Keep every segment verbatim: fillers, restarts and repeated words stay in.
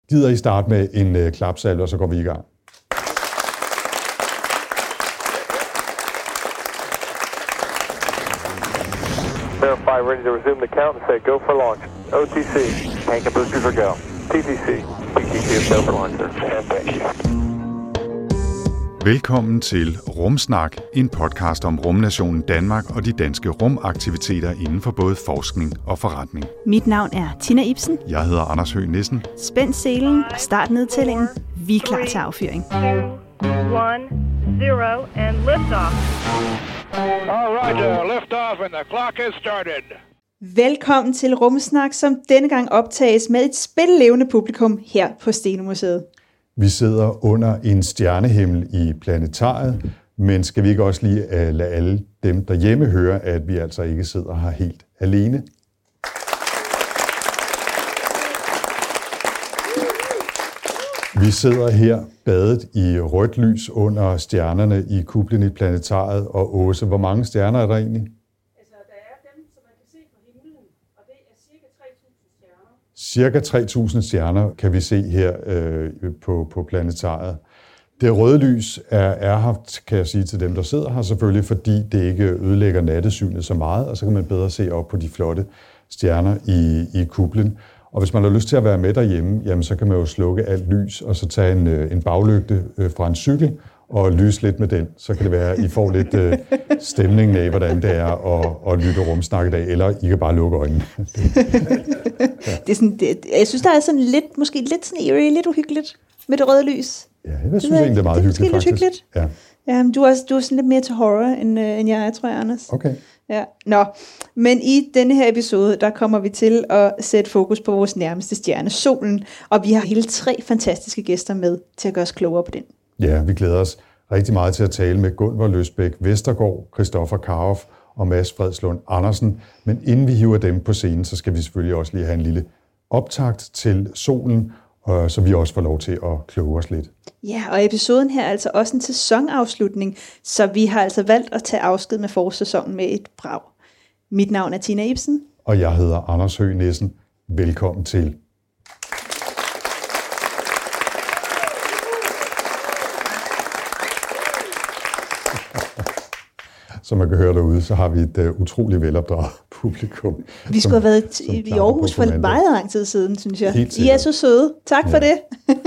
Gider I starte med en øh, klapsalve, og så går vi i gang. Verify, ready to resume the count and say go for launch. O T C, tank and boosters are go. T T C, T T C is go for launch, sir. And thank you. Velkommen til Rumsnak, en podcast om rumnationen Danmark og de danske rumaktiviteter inden for både forskning og forretning. Mit navn er Tina Ibsen. Jeg hedder Anders Høgh Nissen. Spænd selen og start nedtællingen. Vi er klar til affyring. two, one, zero, and liftoff. All right, uh, lift off and the clock has started. Velkommen til Rumsnak, som denne gang optages med et spillelevende publikum her på Steno-museet. Vi sidder under en stjernehimmel i planetariet, men skal vi ikke også lige uh, lade alle dem derhjemme høre, at vi altså ikke sidder her helt alene? Vi sidder her badet i rødt lys under stjernerne i kuplen i planetariet. Og Åse, hvor mange stjerner er der egentlig? Altså, der er dem, som man kan se på himlen, og det er cirka tre tusind stjerner. Cirka tre tusind stjerner kan vi se her øh, på, på planetariet. Det røde lys er, er her, kan jeg sige til dem, der sidder her selvfølgelig, fordi det ikke ødelægger nattesynet så meget, og så kan man bedre se op på de flotte stjerner i, i kuplen. Og hvis man har lyst til at være med derhjemme, jamen så kan man jo slukke alt lys, og så tage en, en baglygte fra en cykel og lyse lidt med den. Så kan det være, at I får lidt uh, stemningen af, hvordan det er at, at lytte Rumsnak i dag, eller I kan bare lukke øjnene. Det er sådan, det, jeg synes, der er sådan lidt, måske lidt sådan eerie, lidt uhyggeligt med det røde lys. Ja, jeg synes egentlig, det er meget det er hyggeligt, faktisk. Hyggeligt. Ja. Ja, du er, du er sådan lidt mere til horror, end, øh, end jeg er, tror jeg, Anders. Okay. Ja. Nå, men i denne her episode, der kommer vi til at sætte fokus på vores nærmeste stjerne, solen, og vi har hele tre fantastiske gæster med til at gøre os klogere på den. Ja, vi glæder os rigtig meget til at tale med Gunvor Løsbæk Vestergaard, Christoffer Karoff og Mads Fredslund Andersen. Men inden vi hiver dem på scenen, så skal vi selvfølgelig også lige have en lille optakt til solen, og så vi også får lov til at kloge os lidt. Ja, og episoden her er altså også en sæsonafslutning, så vi har altså valgt at tage afsked med forårssæsonen med et brag. Mit navn er Tina Ibsen. Og jeg hedder Anders Høgh Nissen. Velkommen til. Som man kan høre derude, så har vi et uh, utroligt velopdraget publikum. Vi skulle have været t- i Aarhus for meget lang tid siden, synes jeg. I er så søde. Tak ja. for det.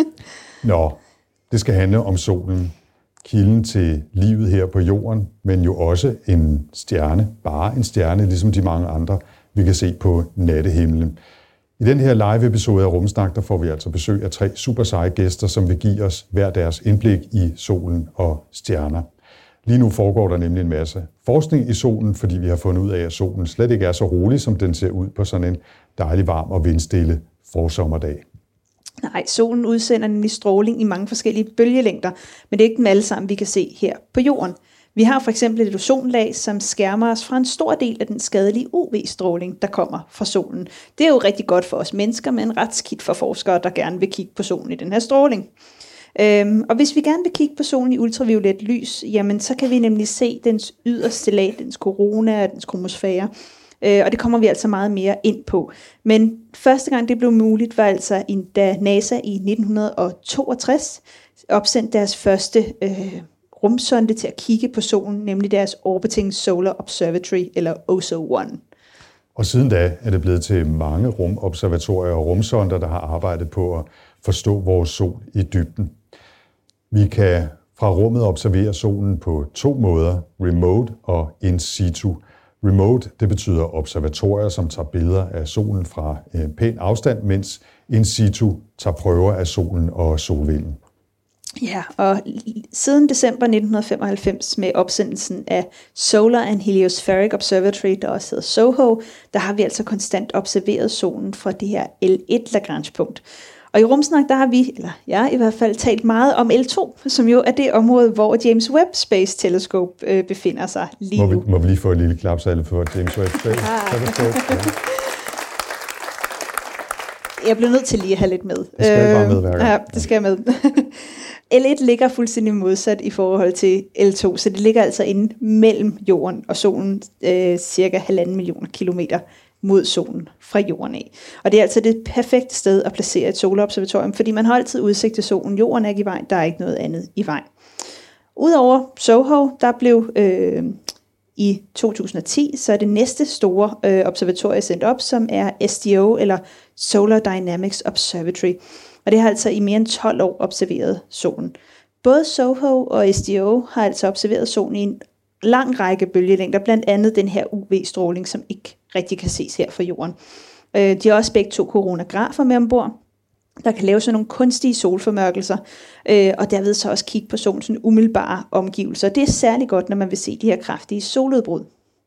Nå, det skal handle om solen. Kilden til livet her på jorden, men jo også en stjerne. Bare en stjerne, ligesom de mange andre, vi kan se på nattehimlen. I den her live-episode af Rumsnak, der får vi altså besøg af tre super seje gæster, som vil give os hver deres indblik i solen og stjerner. Lige nu foregår der nemlig en masse forskning i solen, fordi vi har fundet ud af, at solen slet ikke er så rolig, som den ser ud på sådan en dejlig varm og vindstille forsommerdag. Nej, solen udsender nemlig stråling i mange forskellige bølgelængder, men det er ikke dem alle sammen, vi kan se her på jorden. Vi har for eksempel et ozonlag, som skærmer os fra en stor del af den skadelige U V-stråling, der kommer fra solen. Det er jo rigtig godt for os mennesker, men ret skidt for forskere, der gerne vil kigge på solen i den her stråling. Øhm, og hvis vi gerne vil kigge på solen i ultraviolet lys, jamen så kan vi nemlig se dens yderste lag, dens korona og dens kromosfære. Øh, og det kommer vi altså meget mere ind på. Men første gang det blev muligt, var altså da NASA i nitten toogtres opsendte deres første øh, rumsonde til at kigge på solen, nemlig deres Orbiting Solar Observatory, eller O S O one. Og siden da er det blevet til mange rumobservatorier og rumsonder, der har arbejdet på at forstå vores sol i dybden. Vi kan fra rummet observere solen på to måder, remote og in situ. Remote, det betyder observatorier, som tager billeder af solen fra en pæn afstand, mens in situ tager prøver af solen og solvinden. Ja, og siden december nitten femoghalvfems med opsendelsen af Solar and Heliospheric Observatory, der også hedder SOHO, der har vi altså konstant observeret solen fra det her L et Lagrange-punkt. Og i Rumsnak, der har vi, eller jeg i hvert fald, talt meget om L to, som jo er det område, hvor James Webb Space Telescope øh, befinder sig lige må vi, nu. Må vi lige få et lille klapsalve for James Webb Space Telescope? Ja. Jeg bliver nødt til lige at have lidt med. Det skal jeg bare med hver gang. Ja, det skal jeg med. L et ligger fuldstændig modsat i forhold til L to, så det ligger altså inde mellem jorden og solen, øh, cirka halvanden millioner kilometer mod solen fra jorden af. Og det er altså det perfekte sted at placere et solobservatorium, fordi man har altid udsigt til solen. Jorden er ikke i vejen, der er ikke noget andet i vejen. Udover SOHO, der blev øh, i to tusind og ti, så er det næste store øh, observatorie sendt op, som er S D O, eller Solar Dynamics Observatory. Og det har altså i mere end tolv år observeret solen. Både SOHO og S D O har altså observeret solen i en lang række bølgelængder, blandt andet den her U V-stråling, som ikke rigtig kan ses her fra jorden. Øh, de har også begge to koronagrafer med ombord, der kan lave sådan nogle kunstige solformørkelser, øh, og derved så også kigge på solens umiddelbare omgivelser. Det er særlig godt, når man vil se de her kraftige soludbrud.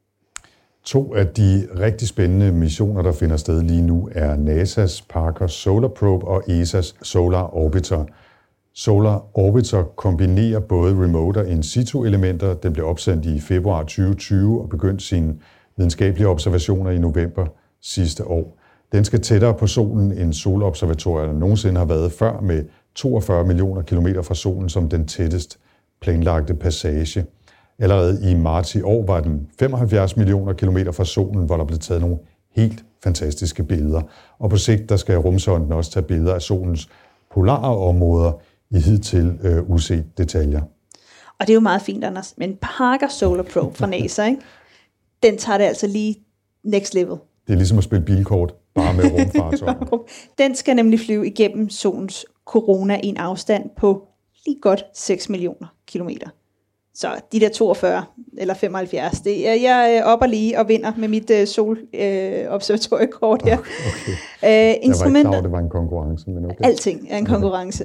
To af de rigtig spændende missioner, der finder sted lige nu, er NASA's Parker Solar Probe og E S A's Solar Orbiter. Solar Orbiter kombinerer både remote og in situ elementer. Den blev opsendt i februar tyve tyve og begyndte sine videnskabelige observationer i november sidste år. Den skal tættere på solen end solobservatorierne nogensinde har været før, med toogfyrre millioner kilometer fra solen som den tættest planlagte passage. Allerede i marts i år var den femoghalvfjerds millioner kilometer fra solen, hvor der blev taget nogle helt fantastiske billeder. Og på sigt der skal rumsonden også tage billeder af solens polare områder i hidtil øh, uset detaljer. Og det er jo meget fint, Anders. Men Parker Solar Probe fra NASA, ikke? Den tager det altså lige next level. Det er ligesom at spille bilkort, bare med rumfartøjer. Den skal nemlig flyve igennem solens korona i en afstand på lige godt seks millioner kilometer. Så de der toogfyrre eller femoghalvfjerds, det er jeg opper lige og vinder med mit uh, solobservatoriekort her. Okay. Uh, jeg var ikke klar over, det var en konkurrence. Men okay. Alting er en konkurrence.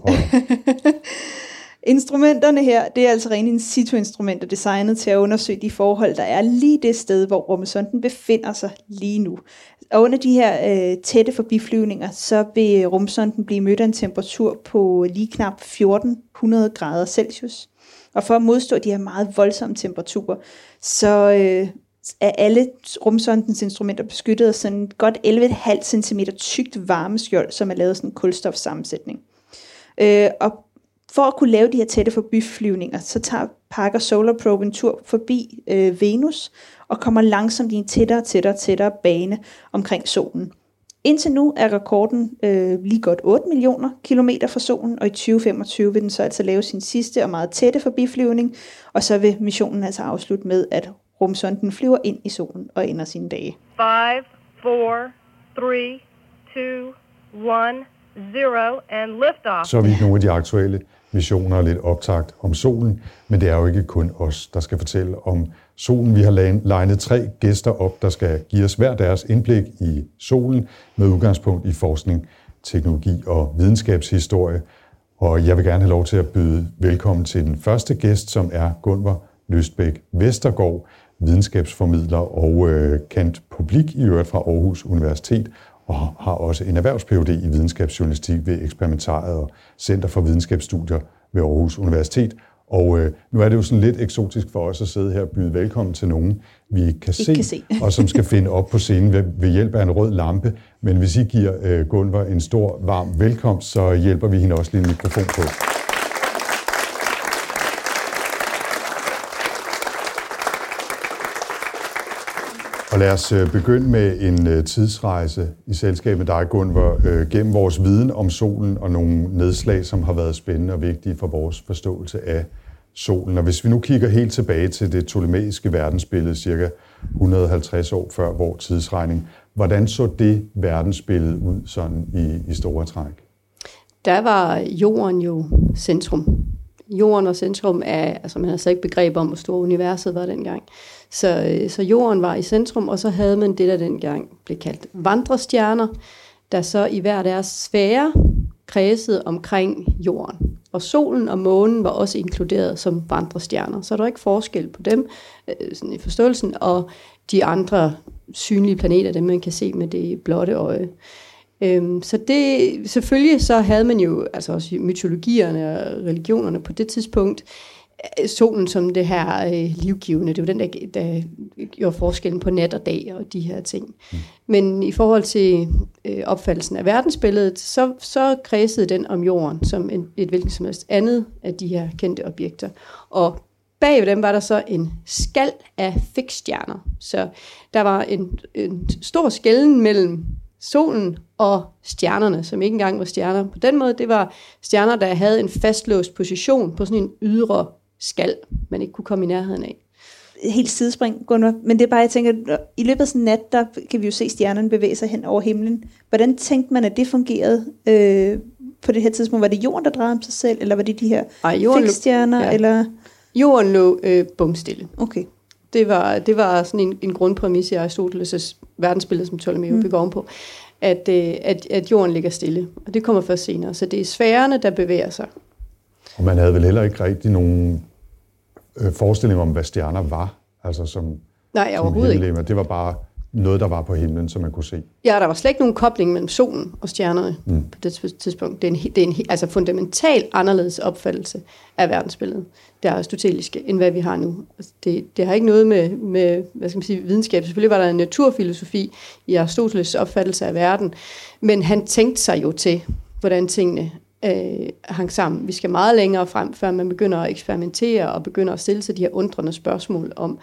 Instrumenterne her, det er altså rene in situ-instrumenter designet til at undersøge de forhold, der er lige det sted, hvor rumsonden befinder sig lige nu. Og under de her øh, tætte forbiflyvninger, så vil rumsonden blive mødt af en temperatur på lige knap fjorten hundrede grader Celsius. Og for at modstå de her meget voldsomme temperaturer, så øh, er alle rumsondens instrumenter beskyttet af sådan godt elleve komma fem centimeter tykt varmeskjold, som er lavet sådan en kulstofsammensætning. Øh, og for at kunne lave de her tætte forbiflyvninger, så tager Parker Solar Probe en tur forbi øh, Venus og kommer langsomt i en tættere, tættere, tættere bane omkring solen. Indtil nu er rekorden øh, lige godt otte millioner kilometer fra solen, og i tyve femogtyve vil den så altså lave sin sidste og meget tætte forbiflyvning, og så vil missionen altså afslutte med, at rumsonden flyver ind i solen og ender sine dage. five, four, three, two, one, zero, and liftoff. Så er vi nogle af de aktuelle missioner og lidt optakt om solen, men det er jo ikke kun os, der skal fortælle om solen. Vi har legnet tre gæster op, der skal give os hver deres indblik i solen med udgangspunkt i forskning, teknologi og videnskabshistorie. Og jeg vil gerne have lov til at byde velkommen til den første gæst, som er Gunvor Lystbæk Vestergaard, videnskabsformidler og øh, kendt publik i øvrigt fra Aarhus Universitet, og har også en erhvervs-Ph.D. i videnskabsjournalistik ved Eksperimentariet og Center for Videnskabsstudier ved Aarhus Universitet. Og øh, nu er det jo sådan lidt eksotisk for os at sidde her og byde velkommen til nogen, vi ikke kan, se, kan se, og som skal finde op på scenen ved, ved hjælp af en rød lampe. Men hvis I giver øh, Gunvor en stor, varm velkomst, så hjælper vi hende også lige en mikrofon på. Og lad os begynde med en tidsrejse i selskab med dig, Gunvor, gennem vores viden om solen og nogle nedslag, som har været spændende og vigtige for vores forståelse af solen. Og hvis vi nu kigger helt tilbage til det ptolemæiske verdensbillede, cirka et hundrede og halvtreds år før vores tidsregning, hvordan så det verdensbillede ud sådan i, i store træk? Der var jorden jo centrum. Jorden og centrum er, altså man har slet ikke begreb om, hvor stor universet var dengang. Så, så jorden var i centrum, og så havde man det, der dengang blev kaldt vandrestjerner, der så i hver deres sfære kredsede omkring jorden. Og solen og månen var også inkluderet som vandrestjerner, så der var ikke forskel på dem sådan i forståelsen, og de andre synlige planeter, dem man kan se med det blotte øje. Så det, selvfølgelig så havde man jo, altså også mytologierne og religionerne på det tidspunkt, solen som det her øh, livgivende. Det var den, der, der gjorde forskellen på nat og dag og de her ting. Mm. Men i forhold til øh, opfattelsen af verdensbilledet, så, så kredsede den om jorden som en, et hvilket som helst andet af de her kendte objekter. Og bag ved dem var der så en skal af fiksstjerner. Så der var en, en stor skelnen mellem solen og stjernerne, som ikke engang var stjerner. På den måde, det var stjerner, der havde en fastlåst position på sådan en ydre skal, man ikke kunne komme i nærheden af. Helt sidespring, Gunvar. Men det er bare, jeg tænker, i løbet af sådan en nat, der kan vi jo se stjernerne bevæge sig hen over himlen. Hvordan tænkte man, at det fungerede øh, på det her tidspunkt? Var det jorden, der drejede om sig selv, eller var det de her fiksstjerner? Ja. Eller? Jorden lå øh, bumstille. Okay. Det var, det var sådan en, en grundpræmis i Aristoteles' verdensbillede, som Ptolemæus mm. bygger ovenpå, at, øh, at, at jorden ligger stille. Og det kommer først senere. Så det er sfærerne, der bevæger sig. Og man havde vel heller ikke rigtig nogen øh, forestilling om, hvad stjerner var? Altså som, Nej, som overhovedet ikke. Det var bare noget, der var på himlen, som man kunne se. Ja, der var slet ikke nogen kobling mellem solen og stjernerne mm. på det tidspunkt. Det er en, det er en altså fundamental anderledes opfattelse af verdensbilledet, det aristoteliske, end hvad vi har nu. Altså det, det har ikke noget med, med hvad skal man sige, videnskab. Selvfølgelig var der en naturfilosofi i Aristoteles' opfattelse af verden, men han tænkte sig jo til, hvordan tingene øh, hang sammen. Vi skal meget længere frem, før man begynder at eksperimentere og begynder at stille sig de her undrende spørgsmål om,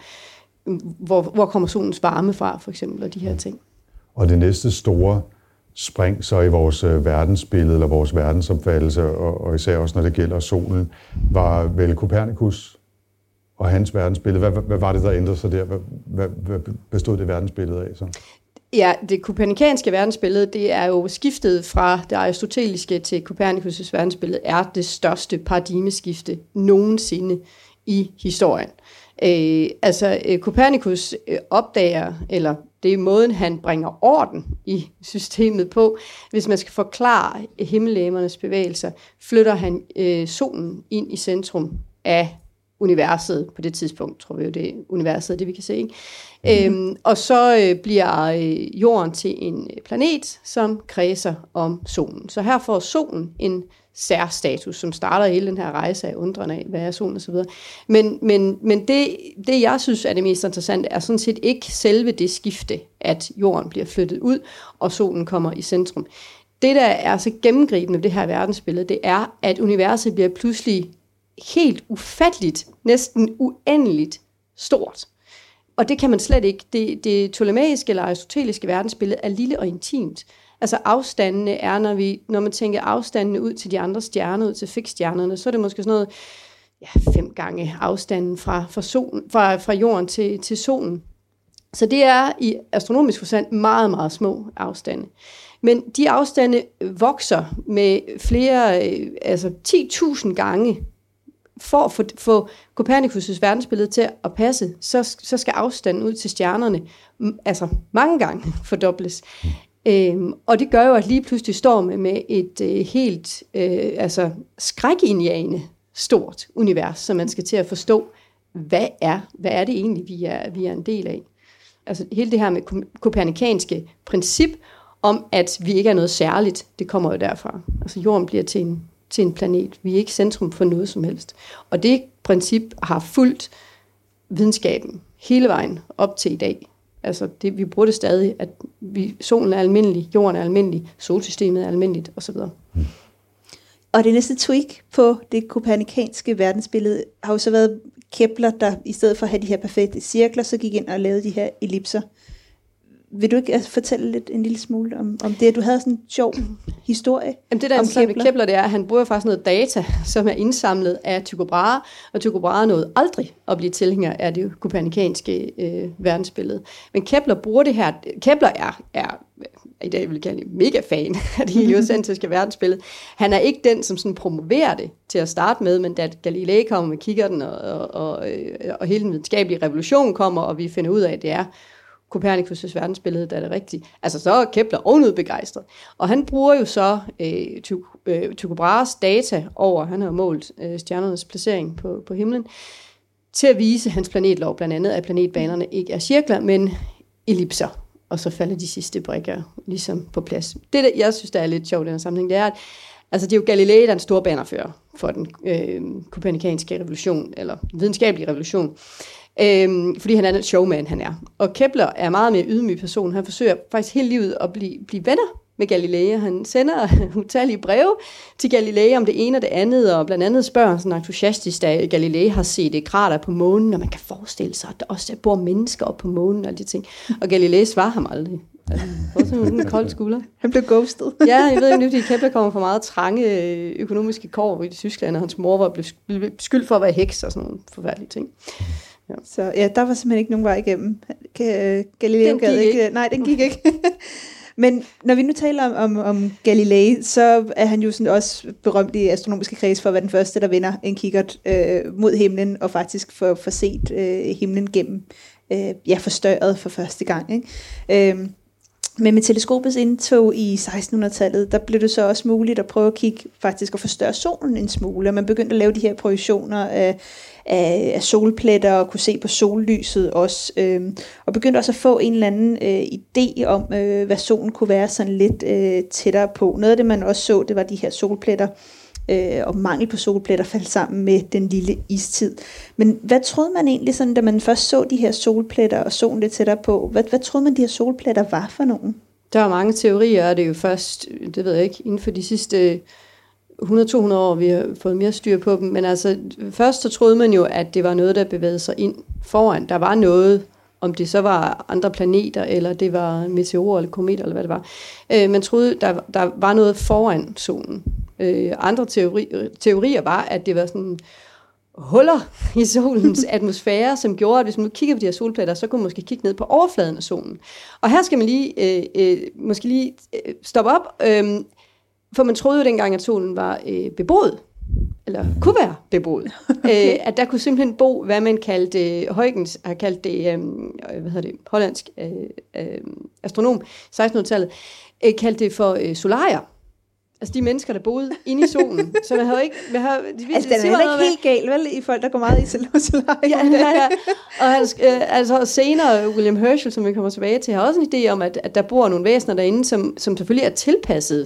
Hvor, hvor kommer solens varme fra, for eksempel, og de her ting. Og det næste store spring så i vores øh, verdensbillede, eller vores verdensopfattelse, og, og især også når det gælder solen, var vel Copernicus og hans verdensbillede. Hvad, hvad, hvad var det, der ændrede sig der? Hvad, hvad, hvad bestod det verdensbillede af så? Ja, det kopernikanske verdensbillede, det er jo skiftet fra det aristoteliske til Copernicus' verdensbillede, er det største paradigmeskifte nogensinde i historien. Øh, altså øh, Copernicus øh, opdager, eller det er måden, han bringer orden i systemet på. Hvis man skal forklare himmellegemernes bevægelser, flytter han øh, solen ind i centrum af universet på det tidspunkt, tror vi jo, det er universet, det vi kan se. Ikke? Mm-hmm. Øhm, og så øh, bliver øh, jorden til en planet, som kredser om solen. Så her får solen en særstatus, som starter hele den her rejse af undren af, hvad er solen og så videre. Men, men, men det, det, jeg synes er det mest interessante, er sådan set ikke selve det skifte, at jorden bliver flyttet ud, og solen kommer i centrum. Det, der er så gennemgribende ved det her verdensbillede, det er, at universet bliver pludselig helt ufatteligt, næsten uendeligt stort. Og det kan man slet ikke. Det, det ptolemæiske eller aristoteliske verdensbillede er lille og intimt. Altså afstandene er, når, vi, når man tænker afstandene ud til de andre stjerner, ud til fiksstjernerne, så er det måske sådan noget, ja, fem gange afstanden fra, fra, solen, fra, fra jorden til, til solen. Så det er i astronomisk forstand meget, meget små afstande. Men de afstande vokser med flere, altså ti tusind gange. For at få, få Copernicus' verdensbillede til at passe, så, så skal afstanden ud til stjernerne altså mange gange fordobles. Øhm, og det gør jo, at lige pludselig står med, med et øh, helt øh, altså skrækindjagende stort univers, som man skal til at forstå, hvad er, hvad er det egentlig, vi er, vi er en del af. Altså hele det her med kopernikanske princip om, at vi ikke er noget særligt, det kommer jo derfra. Altså jorden bliver til en til en planet. Vi er ikke centrum for noget som helst. Og det princip har fulgt videnskaben hele vejen op til i dag. Altså det, vi bruger det stadig, at vi, solen er almindelig, jorden er almindelig, solsystemet er almindeligt osv. Mm. Og det næste tweak på det kopernikanske verdensbillede har jo så været Kepler, der i stedet for at have de her perfekte cirkler, så gik ind og lavede de her ellipser. Vil du ikke altså, fortælle lidt en lille smule om, om det, at du havde sådan en sjov historie? Jamen det der er interessant ved Kepler, det er, at han bruger faktisk noget data, som er indsamlet af Tycho Brahe, og Tycho Brahe nåede aldrig at blive tilhænger af det kopernikanske øh, verdensbillede. Men Kepler bruger det her, Kepler er, er i dag vil jeg kalde det mega fan af det heliocentriske verdensbillede. Han er ikke den, som sådan promoverer det til at starte med, men da Galilei kommer med kikkerten, og, og, og, og hele den videnskabelige revolution kommer, og vi finder ud af, at det er Copernicus' verdensbillede, der er det rigtigt. Altså så er Kepler ovenud begejstret. Og han bruger jo så øh, Tycho, øh, Tycho Brahes data over, han har målt øh, stjernernes placering på, på himlen, til at vise hans planetlov, blandt andet, at planetbanerne ikke er cirkler, men ellipser. Og så falder de sidste brikker ligesom på plads. Det, der jeg synes, der er lidt sjovt i den her sammenhæng, det er, at altså, det er jo Galilei, der er en stor banerfører for den øh, kopernikanske revolution, eller videnskabelige revolution. Øhm, fordi han er en showman, han er. Og Kepler er meget mere ydmyg person. Han forsøger faktisk hele livet at blive, blive venner med Galilei. Han sender utallige breve til Galilei om det ene og det andet, og blandt andet spørger sådan entusiastisk, da Galilei har set et krater på månen, og man kan forestille sig, at der også bor mennesker op på månen og de ting. Og Galilei svarer ham aldrig. Altså, en kold skulder. Han blev ghostet. Ja, jeg ved ikke, fordi Kepler kommer fra meget trange økonomiske kår i Tyskland, og hans mor var blevet skyldt for at være heks og sådan nogle forfærdelige ting. Ja. Så ja, der var simpelthen ikke nogen vej igennem. Galileo gad ikke. ikke. Nej, den gik ikke. Men når vi nu taler om, om, om Galilei, så er han jo sådan også berømt i astronomiske kreds for at være den første, der vender en kikkert øh, mod himlen, og faktisk får for set øh, himlen gennem, øh, ja, forstørret for første gang. Ikke? Øh, Men med teleskopets indtog i sekstenhundredetallet, der blev det så også muligt at prøve at kigge faktisk og forstørre solen en smule. Man begyndte at lave de her projektioner af, af, af solpletter og kunne se på sollyset også. Øh, og begyndte også at få en eller anden øh, idé om, øh, hvad solen kunne være sådan lidt øh, tættere på. Noget af det, man også så, det var de her solpletter, øh, og mangel på solpletter faldt sammen med den lille istid. Men hvad troede man egentlig, sådan, da man først så de her solpletter og solen lidt tættere på? Hvad, hvad troede man, de her solpletter var for nogen? Der er mange teorier, og det er jo først, det ved jeg ikke, inden for de sidste hundrede til to hundrede år, vi har fået mere styr på dem. Men altså, først så troede man jo, at det var noget, der bevægede sig ind foran. Der var noget, om det så var andre planeter, eller det var meteorer, eller kometer, eller hvad det var. Øh, man troede, der, der var noget foran solen. Øh, andre teori, teorier var, at det var sådan huller i solens atmosfære, som gjorde, at hvis man nu kigger på de her solpletter, så kunne man måske kigge ned på overfladen af solen. Og her skal man lige, øh, øh, måske lige øh, stoppe op, øh, for man troede jo dengang, at solen var øh, beboet, eller kunne være beboet. Okay. Øh, at der kunne simpelthen bo, hvad man kaldte, Huygens har kaldt det, øh, hvad hedder det, hollandsk øh, øh, astronom, sekstenhundredetallet, øh, kaldte det for øh, solarier. Altså de mennesker, der boede inde i solen. Så man havde ikke... Man havde, de, altså den er heller ikke helt galt, vel? I folk, der går meget i solarier. Ja, ja, ja. Og hans, øh, altså senere, William Herschel, som vi kommer tilbage til, har også en idé om, at, at der bor nogle væsener derinde, som, som selvfølgelig er tilpasset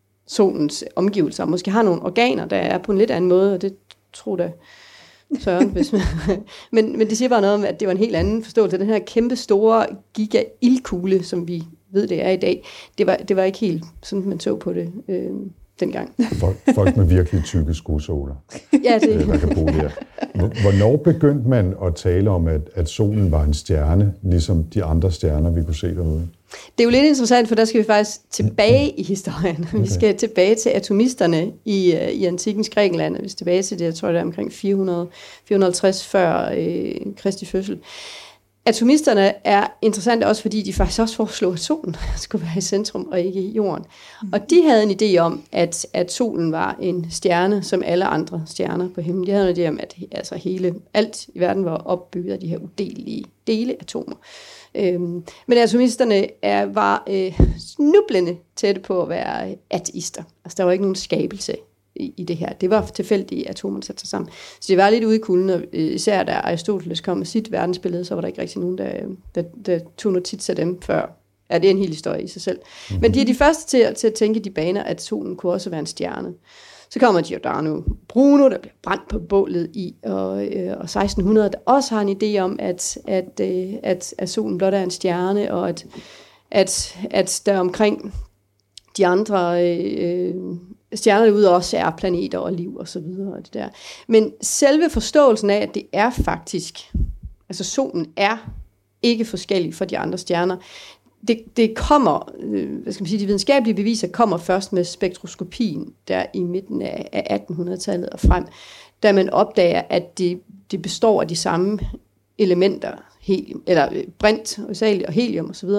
solens omgivelser, og måske har nogle organer, der er på en lidt anden måde, og det tror da Søren, hvis man... men, men det siger bare noget om, at det var en helt anden forståelse. Den her kæmpe store giga-ildkugle, som vi ved, det er i dag, det var, det var ikke helt sådan, man så på det øh, dengang. Folk, folk med virkelig tykke skosåler, ja, det. der kan bo der. Hvornår begyndte man at tale om, at, at solen var en stjerne, ligesom de andre stjerner, vi kunne se derude? Det er jo lidt interessant, for der skal vi faktisk tilbage i historien. Okay. Vi skal tilbage til atomisterne i, uh, i antikkens Grækenland. Vi skal tilbage til det, jeg tror, det er omkring fire hundrede til fire hundrede og halvtreds før øh, Kristi fødsel. Atomisterne er interessante også, fordi de faktisk også foreslog, at solen skulle være i centrum og ikke i jorden. Mm. Og de havde en idé om, at, at solen var en stjerne, som alle andre stjerner på himlen. De havde en idé om, at altså hele, alt i verden var opbygget af de her udelelige deleatomer. Øhm, men atomisterne er, var øh, snublende tætte på at være ateister. Altså der var ikke nogen skabelse i, i det her. Det var tilfældigt, at atomerne satte sig sammen. Så det var lidt ude i kulden, og især da Aristoteles kom med sit verdensbillede, så var der ikke rigtig nogen, der, der, der tog notits af dem før. Ja, det er en hel historie i sig selv. Mm-hmm. Men de er de første til, til at tænke de baner, at solen kunne også være en stjerne. Så kommer Giordano Bruno, der bliver brændt på bålet i, og, øh, og seksten hundrede, der også har en idé om, at, at, øh, at, at solen blot er en stjerne, og at, at, at der omkring de andre øh, stjerner derude også er planeter og liv og så videre. Og det der. Men selve forståelsen af, at det er faktisk, altså solen er ikke forskellig fra de andre stjerner, Det, det kommer, hvad skal man sige, de videnskabelige beviser kommer først med spektroskopien, der i midten af attenhundredetallet og frem, da man opdager, at det, det består af de samme elementer, helium, eller brint og helium osv.,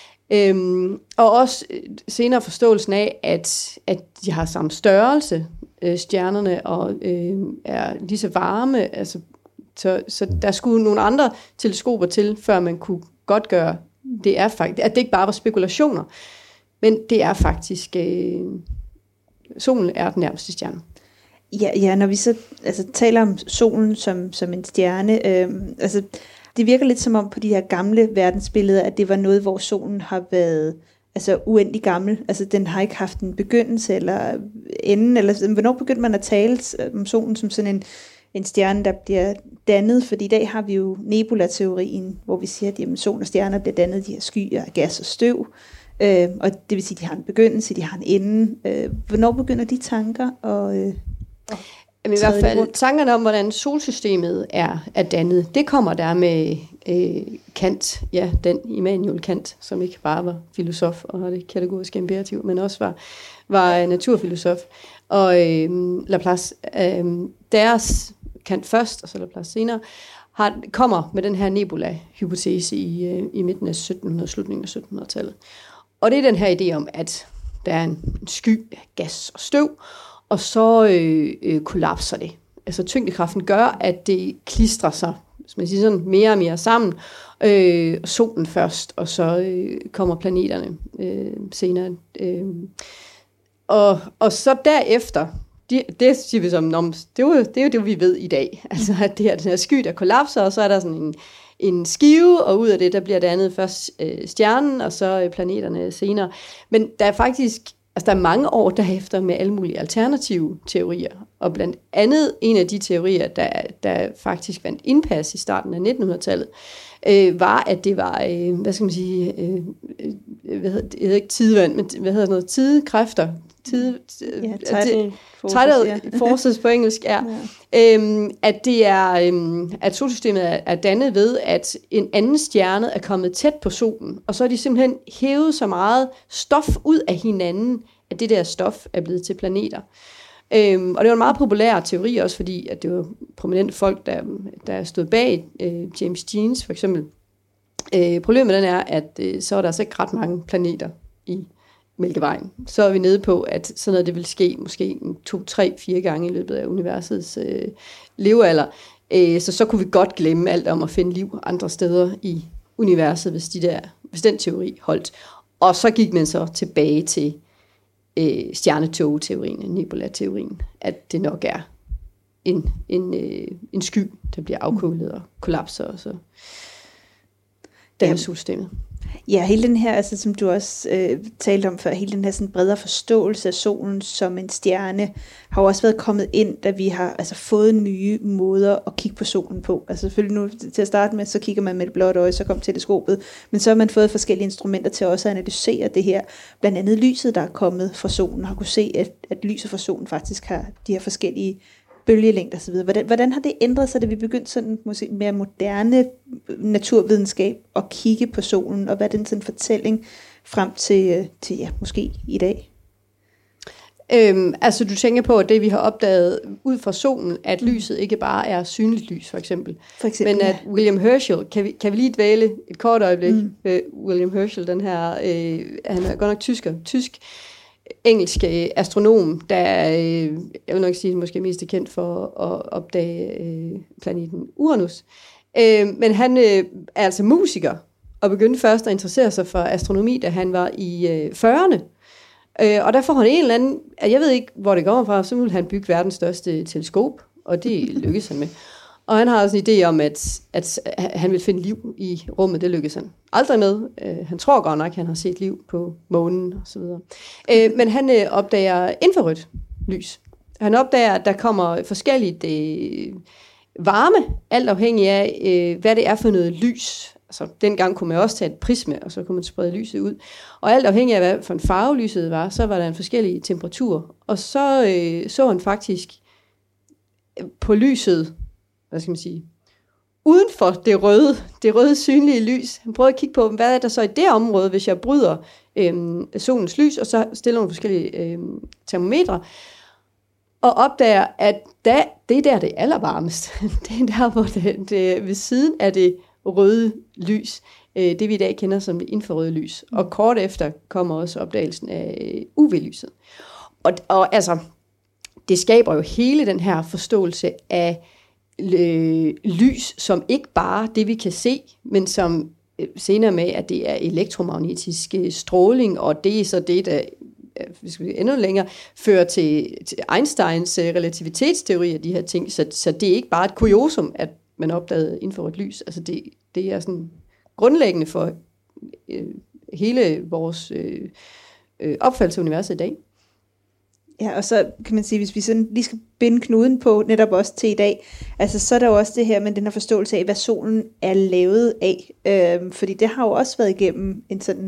øhm, og også senere forståelsen af, at, at de har samme størrelse, øh, stjernerne, og øh, er lige så varme, altså, så, så der skulle nogle andre teleskoper til, før man kunne godt gøre det er faktisk, at det ikke bare var spekulationer, men det er faktisk, øh, solen er den nærmeste stjerne. Ja, ja, når vi så altså, taler om solen som, som en stjerne, øh, altså, det virker lidt som om på de her gamle verdensbilleder, at det var noget, hvor solen har været altså, uendelig gammel. Altså, den har ikke haft en begyndelse eller ende. Eller, hvornår begyndte man at tale om solen som sådan en en stjerne, der bliver dannet, fordi i dag har vi jo nebula-teorien, hvor vi siger, at jamen, sol og stjerner bliver dannet, de her skyer af gas og støv. Øh, og det vil sige, at de har en begyndelse, de har en ende. Øh, hvornår begynder de tanker? Og, øh, Jamen, i hvert fald tankerne om, hvordan solsystemet er, er dannet, det kommer der med øh, Kant, ja, den Immanuel Kant, som ikke bare var filosof og havde det kategoriske imperativ, men også var, var naturfilosof. Og øh, Laplace, øh, deres Kant først, og så Laplace senere, har, kommer med den her nebula-hypotese i, øh, i midten af sytten hundrede, slutningen af sytten hundrede-tallet. Og det er den her idé om, at der er en sky af gas og støv, og så øh, øh, kollapser det. Altså tyngdekraften gør, at det klistrer sig, hvis man siger sådan, mere og mere sammen. Øh, solen først, og så øh, kommer planeterne øh, senere. Øh. Og, og så derefter, de, det siger vi som, det er, jo, det er jo det, vi ved i dag. Altså at det her, den her sky, der kollapser, og så er der sådan en, en skive, og ud af det, der bliver det andet først øh, stjernen, og så øh, planeterne senere. Men der er faktisk... Altså, der er mange år derefter med alle mulige alternative teorier, og blandt andet en af de teorier, der, der faktisk vandt indpas i starten af nitten hundrede-tallet, øh, var, at det var, øh, hvad skal man sige, øh, hvad hedder det, hedder ikke tidevand, men hvad hedder noget, tidekræfter, tid, ja, tidal forces, tidal forces på engelsk, ja. ja. Øhm, at det er, øhm, at solsystemet er, er dannet ved, at en anden stjerne er kommet tæt på solen, og så er de simpelthen hævet så meget stof ud af hinanden, at det der stof er blevet til planeter. Øhm, og det var en meget populær teori også, fordi at det var prominente folk, der, der stod bag, øh, James Jeans for eksempel. Øh, problemet den er, at øh, så er der altså ikke ret mange planeter i Mælkevejen. Så er vi nede på, at sådan noget det vil ske måske to, tre, fire gange i løbet af universets øh, levealder. Øh, så så kunne vi godt glemme alt om at finde liv andre steder i universet, hvis, de der, hvis den teori holdt. Og så gik man så tilbage til øh, stjernetog-teorien, nebula-teorien, at det nok er en, en, øh, en sky, der bliver afkølet og kollapser, og så danner solsystemet. Ja, hele den her, altså, som du også øh, talte om før, hele den her sådan bredere forståelse af solen som en stjerne, har jo også været kommet ind, da vi har altså, fået nye måder at kigge på solen på. Altså selvfølgelig nu til at starte med, så kigger man med et blåt øje, så kom teleskopet, men så har man fået forskellige instrumenter til også at analysere det her. Blandt andet lyset, der er kommet fra solen, har kunne se, at, at lyset fra solen faktisk har de her forskellige bølgelængder osv. Hvordan, hvordan har det ændret sig, da vi begyndte sådan måske mere moderne naturvidenskab at kigge på solen, og hvad er den sådan fortælling frem til, til ja, måske i dag? Øhm, altså du tænker på, at det vi har opdaget ud fra solen, at lyset ikke bare er synligt lys for eksempel, for eksempel men at ja. William Herschel, kan vi, kan vi lige dvæle et kort øjeblik mm. ved William Herschel, den her, øh, han er godt nok tysker, tysk, engelsk astronom, der, øh, jeg vil nok sige, måske mest er kendt for at opdage øh, planeten Uranus. Øh, men han øh, er altså musiker, og begyndte først at interessere sig for astronomi, da han var i øh, fyrrerne. Øh, og der får han en eller anden, jeg ved ikke, hvor det kommer fra, så vil han bygge verdens største teleskop, og det lykkedes han med. Og han har også en idé om, at, at han vil finde liv i rummet. Det lykkes han aldrig med. Uh, han tror godt nok, at han har set liv på månen og så videre. Uh, men han uh, opdager infrarødt lys. Han opdager, at der kommer forskelligt uh, varme, alt afhængig af, uh, hvad det er for noget lys. Altså, dengang kunne man også tage et prisme, og så kunne man sprede lyset ud. Og alt afhængig af, hvad for en farve lyset var, så var der en forskellige temperaturer. Og så uh, så han faktisk på lyset, hvad skal man sige, uden for det røde, det røde synlige lys. Han prøver at kigge på, hvad er der så i det område, hvis jeg bryder øhm, solens lys, og så stiller nogle forskellige øhm, termometre, og opdager, at da, det er der, det er allervarmest. Det er der, hvor det, det ved siden af det røde lys, øh, det vi i dag kender som det infrarøde lys. Og kort efter kommer også opdagelsen af U V-lyset. Og, og altså, det skaber jo hele den her forståelse af lys, som ikke bare det, vi kan se, men som senere med, at det er elektromagnetisk stråling, og det er så det, der hvis vi endnu længere, fører til, til Einsteins relativitetsteori og de her ting. Så, så det er ikke bare et kuriosum, at man opdagede infrarødt lys. Altså det, det er sådan grundlæggende for øh, hele vores øh, øh, opfattelse af universet i dag. Ja, og så kan man sige, hvis vi sådan lige skal binde knuden på netop også til i dag, altså så er der jo også det her med den her forståelse af, hvad solen er lavet af, øhm, fordi det har jo også været igennem en sådan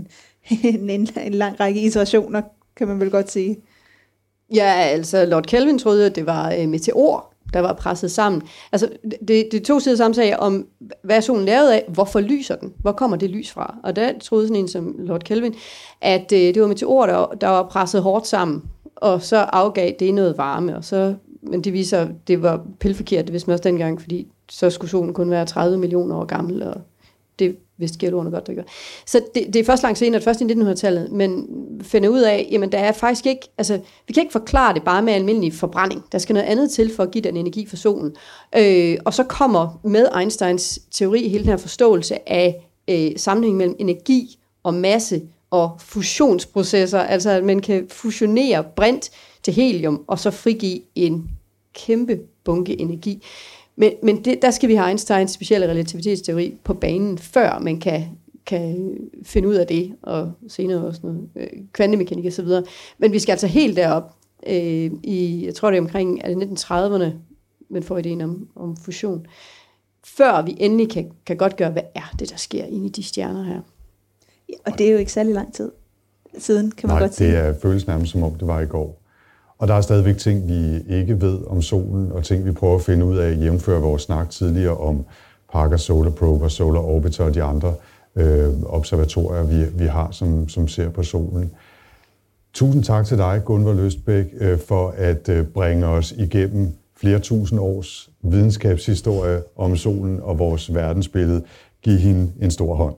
en, en, en lang række iterationer, kan man vel godt sige. Ja, altså Lord Kelvin troede, at det var øh, meteor, der var presset sammen. Altså, det, det to sider samme sag om, hvad er solen lavet af, hvorfor lyser den? Hvor kommer det lys fra? Og der troede sådan en som Lord Kelvin, at øh, det var meteorer, der, der var presset hårdt sammen, og så afgav det noget varme, og så, men det viser, det var pilforkert, det vidste man også dengang, fordi så skulle solen kun være tredive millioner år gammel, og det vidste geologerne godt, det gør. Så det, det er først langt senere, først i nittenhundredetallet, men finder ud af, jamen der er faktisk ikke, altså vi kan ikke forklare det bare med almindelig forbrænding. Der skal noget andet til for at give den energi for solen. Øh, og så kommer med Einsteins teori hele den her forståelse af øh, sammenhængen mellem energi og masse og fusionsprocesser, altså at man kan fusionere brint til helium og så frigive en kæmpe bunke energi. Men, men det, der skal vi have Einsteins specielle relativitetsteori på banen, før man kan, kan finde ud af det, og senere også noget øh, kvantemekanik og så videre. Men vi skal altså helt derop øh, i, jeg tror det er omkring er det nitten trediverne, man får ideen om, om fusion, før vi endelig kan, kan godt gøre, hvad er det, der sker inde i de stjerner her. Ja, og det er jo ikke særlig lang tid siden, kan man Nej, godt sige. det er, føles nærmest som om det var i går. Og der er stadigvæk ting, vi ikke ved om solen, og ting, vi prøver at finde ud af, jævnfør vores snak tidligere om Parker Solar Probe og Solar Orbiter og de andre øh, observatorier, vi, vi har, som, som ser på solen. Tusind tak til dig, Gunvor Lystbæk, øh, for at øh, bringe os igennem flere tusind års videnskabshistorie om solen og vores verdensbillede. Giv hende en stor hånd.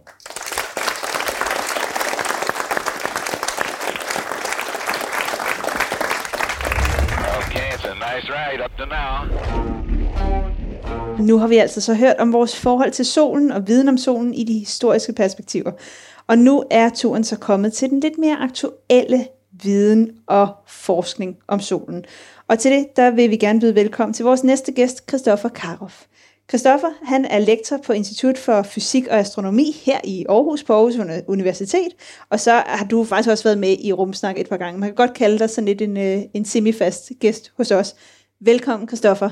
Nu har vi altså så hørt om vores forhold til solen og viden om solen i de historiske perspektiver. Og nu er turen så kommet til den lidt mere aktuelle viden og forskning om solen. Og til det, der vil vi gerne byde velkommen til vores næste gæst, Christoffer Karoff. Christoffer, han er lektor på Institut for Fysik og Astronomi her i Aarhus på Aarhus Universitet. Og så har du faktisk også været med i Rumsnak et par gange. Man kan godt kalde dig sådan lidt en, en semifast gæst hos os. Velkommen, Christoffer.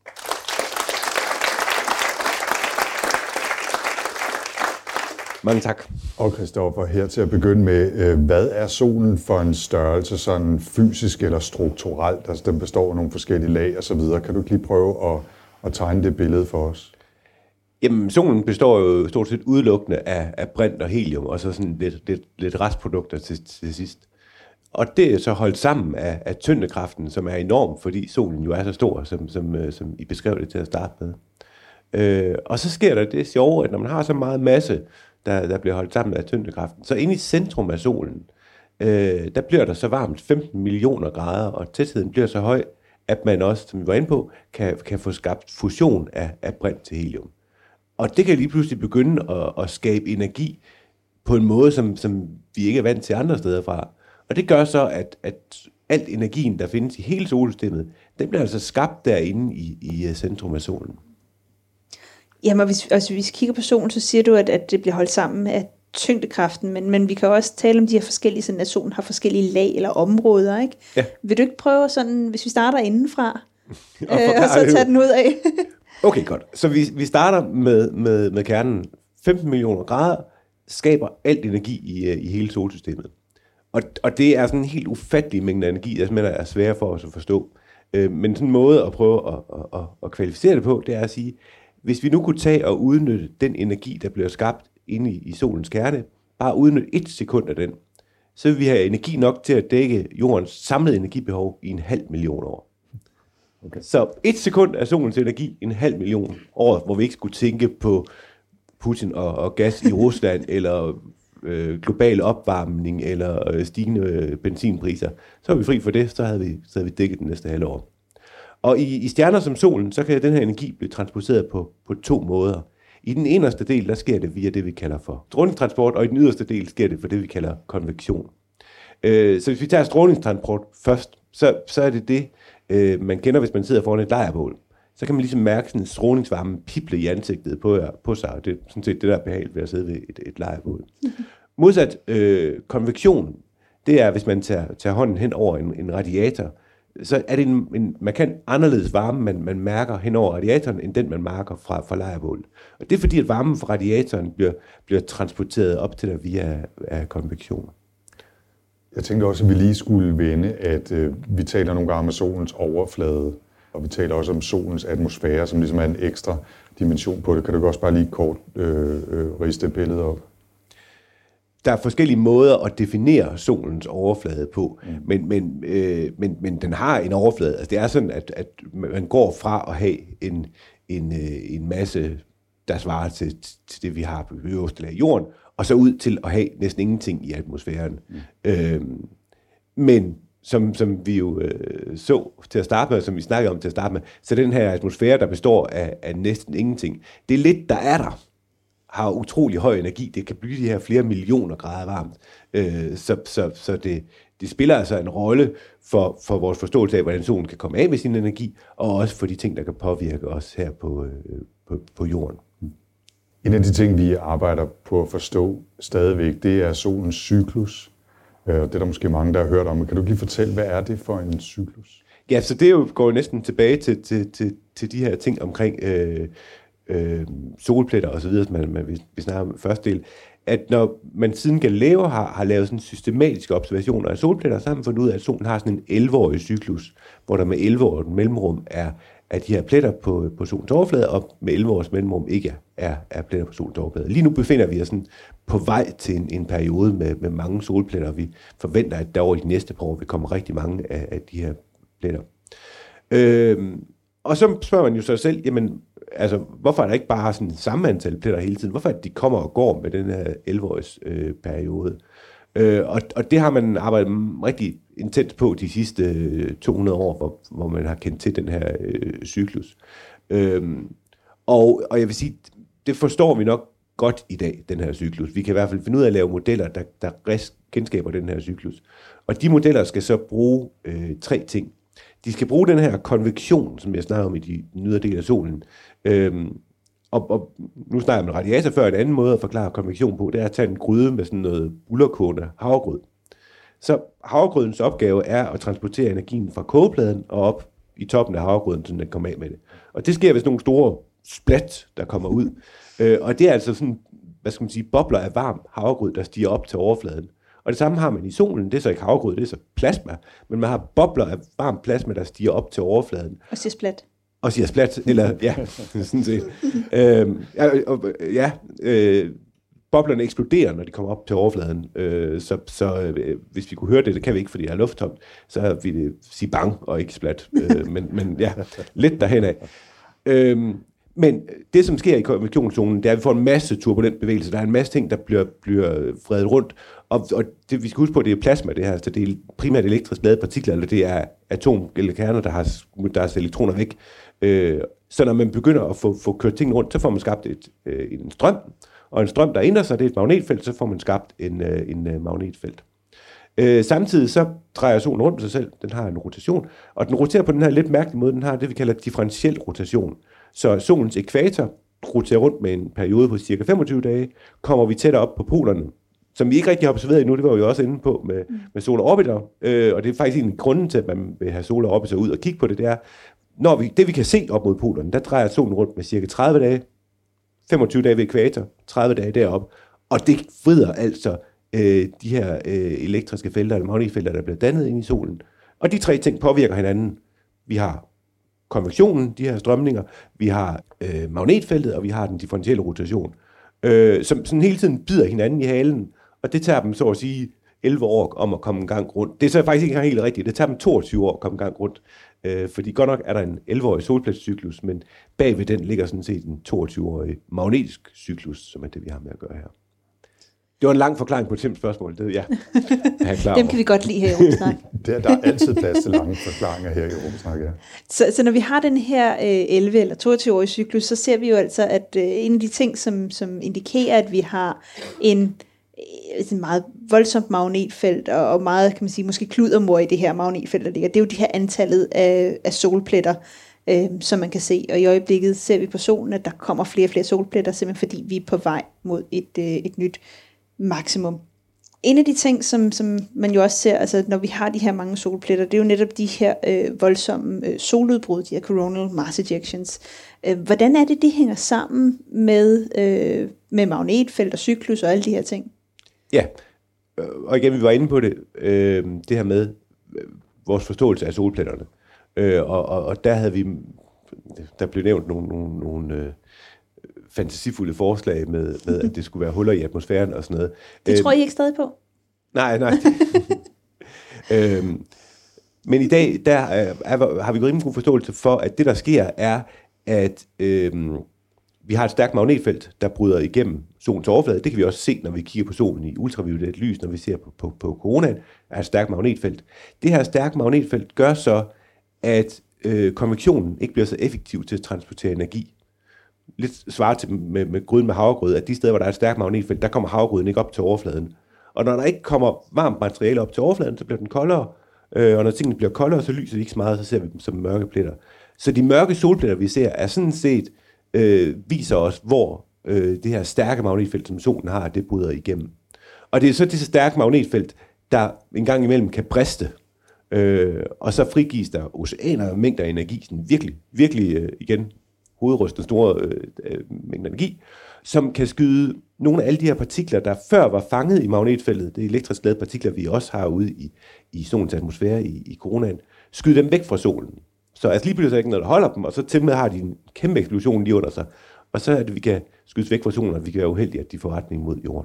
Mange tak. Og Christoffer, her til at begynde med, hvad er solen for en størrelse, sådan fysisk eller strukturelt? Altså den består af nogle forskellige lag og så videre. Kan du ikke lige prøve at, at tegne det billede for os? Jamen, solen består jo stort set udelukkende af, af brint og helium, og så sådan lidt, lidt, lidt restprodukter til, til sidst. Og det er så holdt sammen af, af tyngdekraften, som er enorm, fordi solen jo er så stor, som, som, som I beskrev det til at starte med. Øh, og så sker der det sjove, at når man har så meget masse, der, der bliver holdt sammen af tyngdekraften, så inde i centrum af solen, øh, der bliver der så varmt femten millioner grader, og tætheden bliver så høj, at man også, som vi var inde på, kan, kan få skabt fusion af, af brint til helium. Og det kan lige pludselig begynde at, at skabe energi på en måde, som, som vi ikke er vant til andre steder fra. Og det gør så, at, at alt energien, der findes i hele solsystemet, den bliver altså skabt derinde i, i centrum af solen. Jamen, hvis, altså, hvis vi kigger på solen, så siger du, at, at det bliver holdt sammen af tyngdekraften, men, men vi kan også tale om de her forskellige, sådan at solen har forskellige lag eller områder, ikke? Ja. Vil du ikke prøve sådan, hvis vi starter indenfra, og, øh, og så tage den ud af? Okay, godt. Så vi, vi starter med, med, med kernen. femten millioner grader skaber alt energi i, i hele solsystemet. Og, og det er sådan en helt ufattelig mængde energi, der simpelthen er svære for os at forstå. Øh, men sådan en måde at prøve at, at, at, at kvalificere det på, det er at sige, hvis vi nu kunne tage og udnytte den energi, der bliver skabt inde i, i solens kerne, bare udnytte et sekund af den, så vil vi have energi nok til at dække jordens samlede energibehov i en halv million år. Okay. Så et sekund af solens energi, en halv million år, hvor vi ikke skulle tænke på Putin og, og gas i Rusland, eller øh, global opvarmning, eller øh, stigende øh, benzinpriser. Så var vi fri for det, så havde vi, så havde vi dækket den næste halve år. Og i, i stjerner som solen, så kan den her energi blive transporteret på, på to måder. I den inderste del, der sker det via det, vi kalder for strålingstransport, og i den yderste del sker det for det, vi kalder konvektion. Øh, så hvis vi tager strålingstransport først, så, så er det det, øh, man kender, hvis man sidder foran et lejrbål. Så kan man ligesom mærke sådan en strålingsvarme pible i ansigtet på, på sig. Det er sådan set det, der er behageligt ved at sidde ved et, et lejrbål. Mm-hmm. Modsat øh, konvektion, det er, hvis man tager, tager hånden hen over en, en radiator, så er det en, en markant anderledes varme, man, man mærker hen over radiatoren, end den, man mærker fra, fra lejrbålet. Og det er fordi, at varmen fra radiatoren bliver, bliver transporteret op til dig via af konvektion. Jeg tænkte også, at vi lige skulle vende, at øh, vi taler nogle gange om solens overflade, og vi taler også om solens atmosfære, som ligesom er en ekstra dimension på det. Kan du også bare lige kort øh, øh, riste et billede op? Der er forskellige måder at definere solens overflade på, mm. men, men, øh, men, men den har en overflade. Altså, det er sådan, at, at man går fra at have en, en, øh, en masse, der svarer til, til det, vi har på øverste lag af jorden, og så ud til at have næsten ingenting i atmosfæren. Mm. Øh, men som, som vi jo øh, så til at starte med, som vi snakkede om til at starte med, så den her atmosfære, der består af, af næsten ingenting, det er lidt, der er der, har utrolig høj energi. Det kan blive de her flere millioner grader varmt. Øh, så så, så det, det spiller altså en rolle for, for vores forståelse af, hvordan solen kan komme af med sin energi, og også for de ting, der kan påvirke os her på, øh, på, på jorden. En af de ting, vi arbejder på at forstå stadigvæk, det er solens cyklus. Det er der måske mange, der har hørt om. Kan du lige fortælle, hvad er det for en cyklus? Ja, så det jo, går jo næsten tilbage til, til, til, til de her ting omkring øh, øh, solpletter og så videre, som man, man, vi, vi snakker om første del, at når man siden Galileo har, har lavet sådan systematiske observationer af solpletter, så har man fundet ud af, at solen har sådan en elleve-årig cyklus, hvor der med elleve års mellemrum er, er de her pletter på, på solens overflade, og med elleve års mellemrum ikke er, er, er pletter på solens overflade. Lige nu befinder vi os sådan på vej til en, en periode med, med mange solpletter, og vi forventer, at der over de næste par år vil komme rigtig mange af, af de her pletter. Øhm, og så spørger man jo sig selv, jamen, altså, hvorfor er der ikke bare sådan samme antal pletter hele tiden? Hvorfor er det, de kommer og går med den her elleve-års øh, periode? Øh, og, og det har man arbejdet rigtig intens på de sidste øh, to hundrede år, hvor, hvor man har kendt til den her øh, cyklus. Øh, og, og jeg vil sige, det forstår vi nok godt i dag, den her cyklus. Vi kan i hvert fald finde ud af at lave modeller, der, der genskaber den her cyklus. Og de modeller skal så bruge øh, tre ting. De skal bruge den her konvektion, som jeg snakker om i de nydre del af solen. Øhm, og, og nu snakker jeg med radiator før, en anden måde at forklare konvektion på, det er at tage en gryde med sådan noget bullerkogende havregrød. Så havregrødens opgave er at transportere energien fra kogepladen og op i toppen af havregryden, så den kommer af med det. Og det sker ved sådan nogle store splat, der kommer ud. Øh, og det er altså sådan, hvad skal man sige, bobler af varm havregrød, der stiger op til overfladen. Og det samme har man i solen, det er så ikke havregrød, det er så plasma, men man har bobler af varm plasma, der stiger op til overfladen. Og siger splat. Og siger splat, eller ja, sådan set. øhm, ja, og, ja øh, boblerne eksploderer, når de kommer op til overfladen, øh, så, så øh, hvis vi kunne høre det, det kan vi ikke, fordi det er lufttomt, så vil det sige bang og ikke splat, øh, men, men ja, lidt derhen af. Øhm, Men det, som sker i konvektionszonen, det er, at vi får en masse turbulent bevægelse. Der er en masse ting, der bliver, bliver fredet rundt. Og, og det, vi skal huske på, det er plasma, det her. Så det er primært elektrisk ladede partikler, eller det er atom eller kerner, der har deres elektroner væk. Øh, så når man begynder at få, få kørt tingene rundt, så får man skabt et, øh, en strøm. Og en strøm, der ændrer sig, det er et magnetfelt, så får man skabt en, øh, en øh, magnetfelt. Øh, samtidig så drejer solen rundt på sig selv. Den har en rotation. Og den roterer på den her lidt mærkelige måde. Den har det, vi kalder differentiel rotation. Så solens ækvator roterer rundt med en periode på cirka femogtyve dage, kommer vi tættere op på polerne, som vi ikke rigtig har observeret endnu, det var vi jo også inde på med, med solar orbiter, øh, og det er faktisk en grunden til, at man vil have solar orbiter ud og kigge på det, det er, når vi, det vi kan se op mod polerne, der drejer solen rundt med cirka tredive dage, femogtyve dage ved ækvator, tredive dage derop, og det vrider altså øh, de her øh, elektriske felter, eller magnetfelter, der bliver dannet ind i solen, og de tre ting påvirker hinanden. Vi har konvektionen, de her strømninger, vi har øh, magnetfeltet, og vi har den differentielle rotation, øh, som sådan hele tiden bider hinanden i halen, og det tager dem så at sige elleve år om at komme en gang rundt. Det er så faktisk ikke helt rigtigt, det tager dem toogtyve år at komme en gang rundt, øh, fordi godt nok er der en elleve-årig solpladscyklus, men bagved den ligger sådan set en toogtyve-årig magnetisk cyklus, som er det, vi har med at gøre her. Det var en lang forklaring på et simpelt spørgsmål, det ja. er klar Dem kan vi godt lide her i Rumsnak. Der, der er altid plads til lange forklaringer her i Rumsnak, ja. Så, så når vi har den her øh, elleve- eller toogtyve-årige cyklus, så ser vi jo altså, at øh, en af de ting, som, som indikerer, at vi har en, øh, en meget voldsomt magnetfelt, og, og meget, kan man sige, måske kludermor i det her magnetfelt, der ligger, det er jo de her antallet af, af solpletter, øh, som man kan se. Og i øjeblikket ser vi på solen, at der kommer flere og flere solpletter, simpelthen fordi vi er på vej mod et, øh, et nyt maksimum. En af de ting, som, som man jo også ser, altså når vi har de her mange solpletter, det er jo netop de her øh, voldsomme øh, soludbrud, de her coronal mass ejections. Øh, hvordan er det, det hænger sammen med, øh, med magnetfelt og cyklus og alle de her ting? Ja, og igen, vi var inde på det, øh, det her med øh, vores forståelse af solpletterne. Øh, og, og, og der havde vi, der blev nævnt nogle, nogle, nogle øh, fantasifulde forslag med, med, at det skulle være huller i atmosfæren og sådan noget. Det tror I ikke stadig på? Nej, nej. øhm, men i dag, der er, er, har vi rimelig god forståelse for, at det, der sker, er, at øhm, vi har et stærkt magnetfelt, der bryder igennem solens overflade. Det kan vi også se, når vi kigger på solen i ultraviolet lys, når vi ser på, på, på coronaen, er et stærkt magnetfelt. Det her stærke magnetfelt gør så, at øh, konvektionen ikke bliver så effektiv til at transportere energi. Lidt svaret til med, med gryden med havregrød, at de steder, hvor der er et stærkt magnetfelt, der kommer havregryden ikke op til overfladen. Og når der ikke kommer varmt materiale op til overfladen, så bliver den koldere, øh, og når tingene bliver koldere, så lyser de ikke så meget, så ser vi dem som mørke pletter. Så de mørke solpletter, vi ser, er sådan set, øh, viser os, hvor øh, det her stærke magnetfelt, som solen har, det bryder igennem. Og det er så det stærke magnetfelt, der en gang imellem kan briste, øh, og så frigives der oceaner og mængder af energi, sådan virkelig, virkelig øh, igen, hovedrystende store øh, øh, mængder energi, som kan skyde nogle af alle de her partikler, der før var fanget i magnetfeltet, det elektrisk ladede partikler, vi også har ude i, i solens atmosfære i, i coronaen, skyde dem væk fra solen. Så altså lige pludselig er ikke noget, der holder dem, og så til med har de en kæmpe eksplosion lige under sig, og så er det, vi kan skydes væk fra solen, og vi kan være uheldige, at de får retning mod jorden.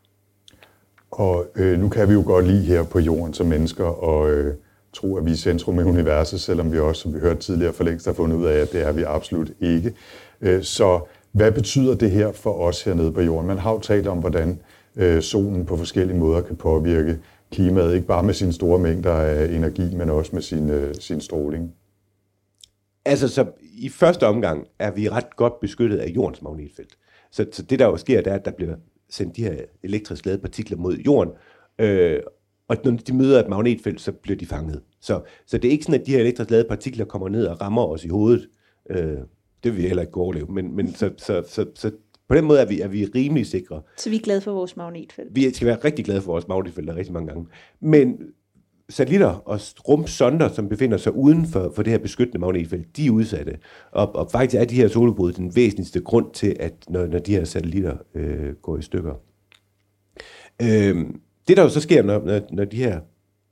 Og øh, nu kan vi jo godt lide her på jorden som mennesker, og øh, tro, at vi er centrum af universet, selvom vi også, som vi hørte tidligere, for længst har fundet ud af, at det er vi absolut ikke. Øh, så hvad betyder det her for os hernede på jorden? Man har jo talt om, hvordan øh, solen på forskellige måder kan påvirke klimaet, ikke bare med sine store mængder af energi, men også med sin, øh, sin stråling. Altså, så i første omgang er vi ret godt beskyttet af jordens magnetfelt. Så, så det, der jo sker, det er, at der bliver sendt de her elektrisk ladede partikler mod jorden, øh, og når de møder et magnetfelt, så bliver de fanget. Så, så det er ikke sådan, at de her elektrisk ladede partikler kommer ned og rammer os i hovedet. Øh, det vil vi heller ikke kunne overleve, men, men så, så, så, så på den måde er vi, er vi rimelig sikre. Så vi er glade for vores magnetfelt? Vi skal være rigtig glade for vores magnetfelt rigtig mange gange. Men satellitter og rumsonder, som befinder sig uden for, for det her beskyttende magnetfelt, de er udsatte. Og, og faktisk er de her soludbrud den væsentligste grund til, at når, når de her satellitter øh, går i stykker. Øh, det der jo så sker, når, når, når de her,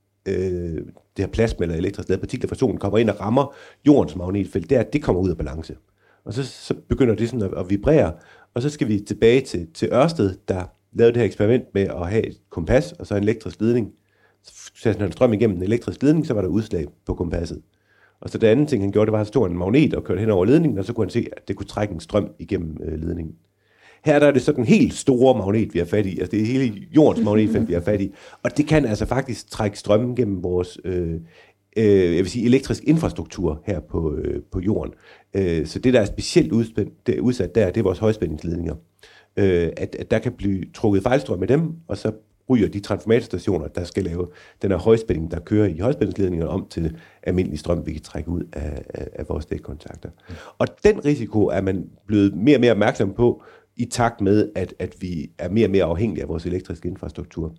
øh, det her plasma eller elektrisk ladede partikler fra solen kommer ind og rammer jordens magnetfelt, det er, at det kommer ud af balance. Og så, så begynder det sådan at, at vibrere, og så skal vi tilbage til, til Ørsted, der lavede det her eksperiment med at have et kompas og så en elektrisk ledning. Så satte han strøm igennem en elektrisk ledning, så var der udslag på kompasset. Og så det andet ting, han gjorde, det var, at han tog en magnet og kørte hen over ledningen, og så kunne han se, at det kunne trække en strøm igennem øh, ledningen. Her der er det så den helt store magnet, vi har fat i. Altså det er hele jordens magnetfelt, vi har fat i. Og det kan altså faktisk trække strømmen gennem vores øh, øh, jeg vil sige, elektrisk infrastruktur her på, øh, på jorden. Øh, så det, der er specielt udspændt, det er udsat der, det er vores højspændingsledninger. Øh, at, at der kan blive trukket fejlstrøm med dem, og så ryger de transformatorstationer, der skal lave den her højspænding, der kører i højspændingsledninger om til almindelig strøm, vi kan trække ud af, af, af vores stikkontakter. Mm. Og den risiko er man blevet mere og mere opmærksom på, i takt med, at, at vi er mere og mere afhængige af vores elektriske infrastruktur.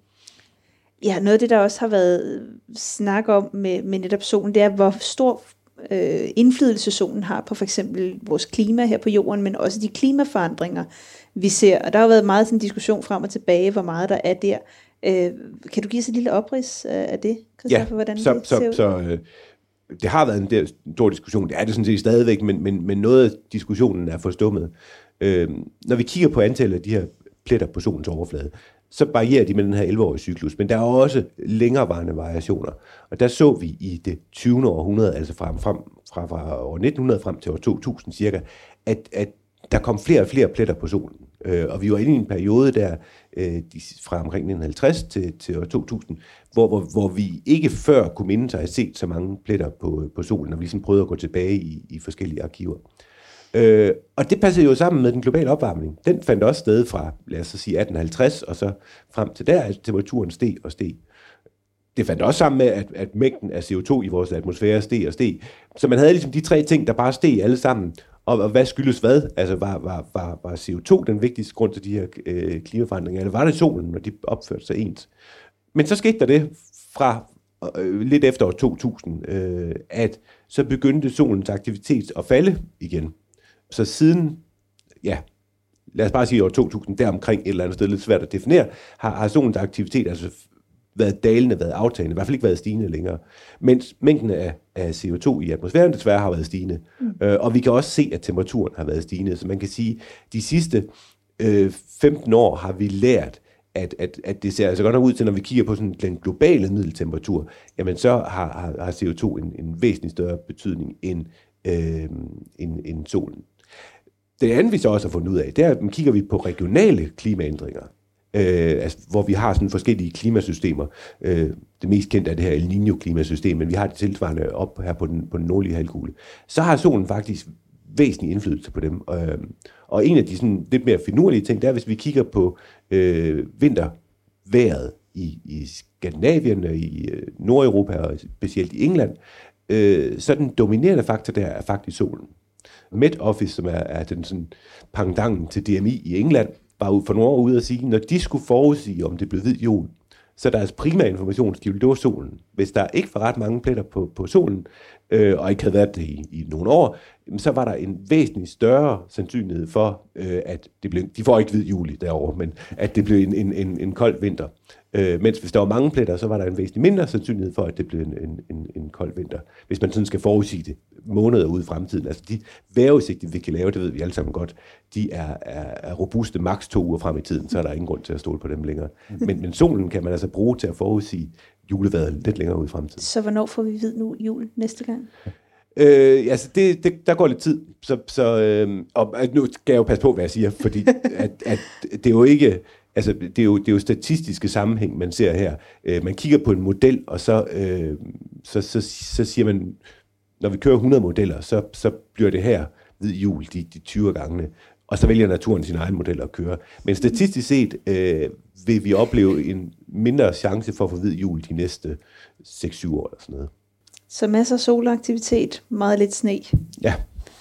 Ja, noget af det, der også har været snak om med, med netop solen, det er, hvor stor øh, indflydelse solen har på for eksempel vores klima her på jorden, men også de klimaforandringer, vi ser. Og der har været meget sådan en diskussion frem og tilbage, hvor meget der er der. Øh, kan du give os et lille oprids af det, Christoffer, ja, hvordan så, det så, ser ud? Så, øh, det har været en der stor diskussion. Det er det sådan set stadigvæk, men, men, men noget af diskussionen er forstummet. Øh, når vi kigger på antallet af de her pletter på solens overflade, så varierer de med den her elleve-årige cyklus, men der er også længerevarende variationer. Og der så vi i det tyvende århundrede, altså fra, frem, fra, fra år nitten hundrede frem til år to tusind cirka, at, at der kom flere og flere pletter på solen. Øh, og vi var inde i en periode der, øh, fra omkring nitten halvtreds til, til år to tusind, hvor, hvor, hvor vi ikke før kunne minde sig at have set så mange pletter på, på solen, og vi ligesom prøvede at gå tilbage i, i forskellige arkiver. Øh, og det passede jo sammen med den globale opvarmning. Den fandt også sted fra, lad os så sige, atten halvtreds, og så frem til der, at temperaturen steg og steg. Det fandt også sammen med, at, at mængden af C O to i vores atmosfære steg og steg. Så man havde ligesom de tre ting, der bare steg alle sammen. Og, og hvad skyldes hvad? Altså var, var, var, var C O to den vigtigste grund til de her øh, klimaforandringer, eller var det solen, når de opførte sig ens? Men så skete der det fra øh, lidt efter år to tusind, øh, at så begyndte solens aktivitet at falde igen. Så siden, ja, lad os bare sige år to tusind, deromkring et eller andet sted, lidt svært at definere, har, har solens aktivitet altså været dalende, været aftagende, i hvert fald ikke været stigende længere. Mens mængden af, af C O to i atmosfæren desværre har været stigende. Mm. Øh, og vi kan også se, at temperaturen har været stigende. Så man kan sige, at de sidste øh, femten år har vi lært, at, at, at det ser altså godt nok ud til, når vi kigger på sådan den globale middeltemperatur, jamen så har, har, har C O to en, en væsentlig større betydning end, øh, end, end solen. Det andet, vi så også har fundet ud af, det er, at kigger vi på regionale klimaændringer, øh, altså, hvor vi har sådan forskellige klimasystemer. Øh, det mest kendte er det her El Niño-klimasystem, men vi har det tilsvarende op her på den, på den nordlige halvkugle. Så har solen faktisk væsentlig indflydelse på dem. Øh, og en af de sådan lidt mere finurlige ting, det er, hvis vi kigger på øh, vintervejret i, i Skandinavien og i øh, Nordeuropa, og specielt i England, øh, så den dominerende faktor der er faktisk solen. Met Office, som er, er den sådan pendant til D M I i England, var for nogle år ude at sige, når de skulle forudsige, om det blev hvid jul, så deres primære informationskilde, det var solen. Hvis der ikke var ret mange pletter på, på solen, øh, og ikke havde været det i, i nogle år, så var der en væsentlig større sandsynlighed for, øh, at det blev, de får ikke hvid juli derovre, men at det blev en, en, en, en kold vinter. Øh, mens hvis der var mange pletter, så var der en væsentlig mindre sandsynlighed for, at det blev en, en, en, en kold vinter. Hvis man sådan skal forudsige det måneder ude i fremtiden. Altså de vejrudsigter, vi kan lave, det ved vi alle sammen godt, de er, er, er robuste maks to uger frem i tiden, så er der ingen grund til at stole på dem længere. Men, men solen kan man altså bruge til at forudsige julevejret lidt længere ude i fremtiden. Så hvornår får vi hvid nu jul næste gang? Øh, altså det, det, der går lidt tid, så, så øh, og nu skal jeg jo passe på, hvad jeg siger, fordi at, at det er jo ikke, altså det er jo, det er jo statistiske sammenhæng, man ser her. Øh, man kigger på en model, og så, øh, så, så, så siger man, når vi kører hundrede modeller, så, så bliver det her hvid jul de, de tyve gange, og så vælger naturen sin egen model at køre. Men statistisk set øh, vil vi opleve en mindre chance for at få hvid jul de næste seks syv år eller sådan noget. Så masser af solaktivitet, meget lidt sne. Ja.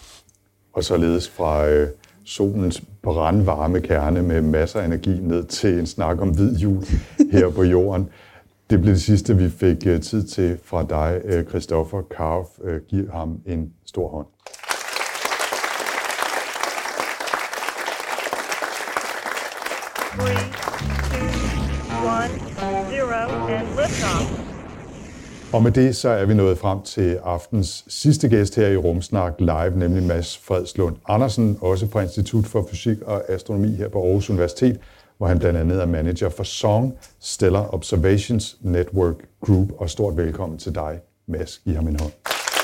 Og således fra øh, solens brandvarme kerne med masser af energi ned til en snak om hvid jul her på jorden. Det blev det sidste, vi fik uh, tid til fra dig, uh, Christoffer Kauf. Uh, giv ham en stor hånd. Three, two, one, zero, and liftoff. Og med det så er vi nået frem til aftens sidste gæst her i Rumsnak Live, nemlig Mads Fredslund Andersen, også fra Institut for Fysik og Astronomi her på Aarhus Universitet, hvor han blandt andet er manager for SONG, Stellar Observations Network Group. Og stort velkommen til dig, Mads. Giv ham en hånd.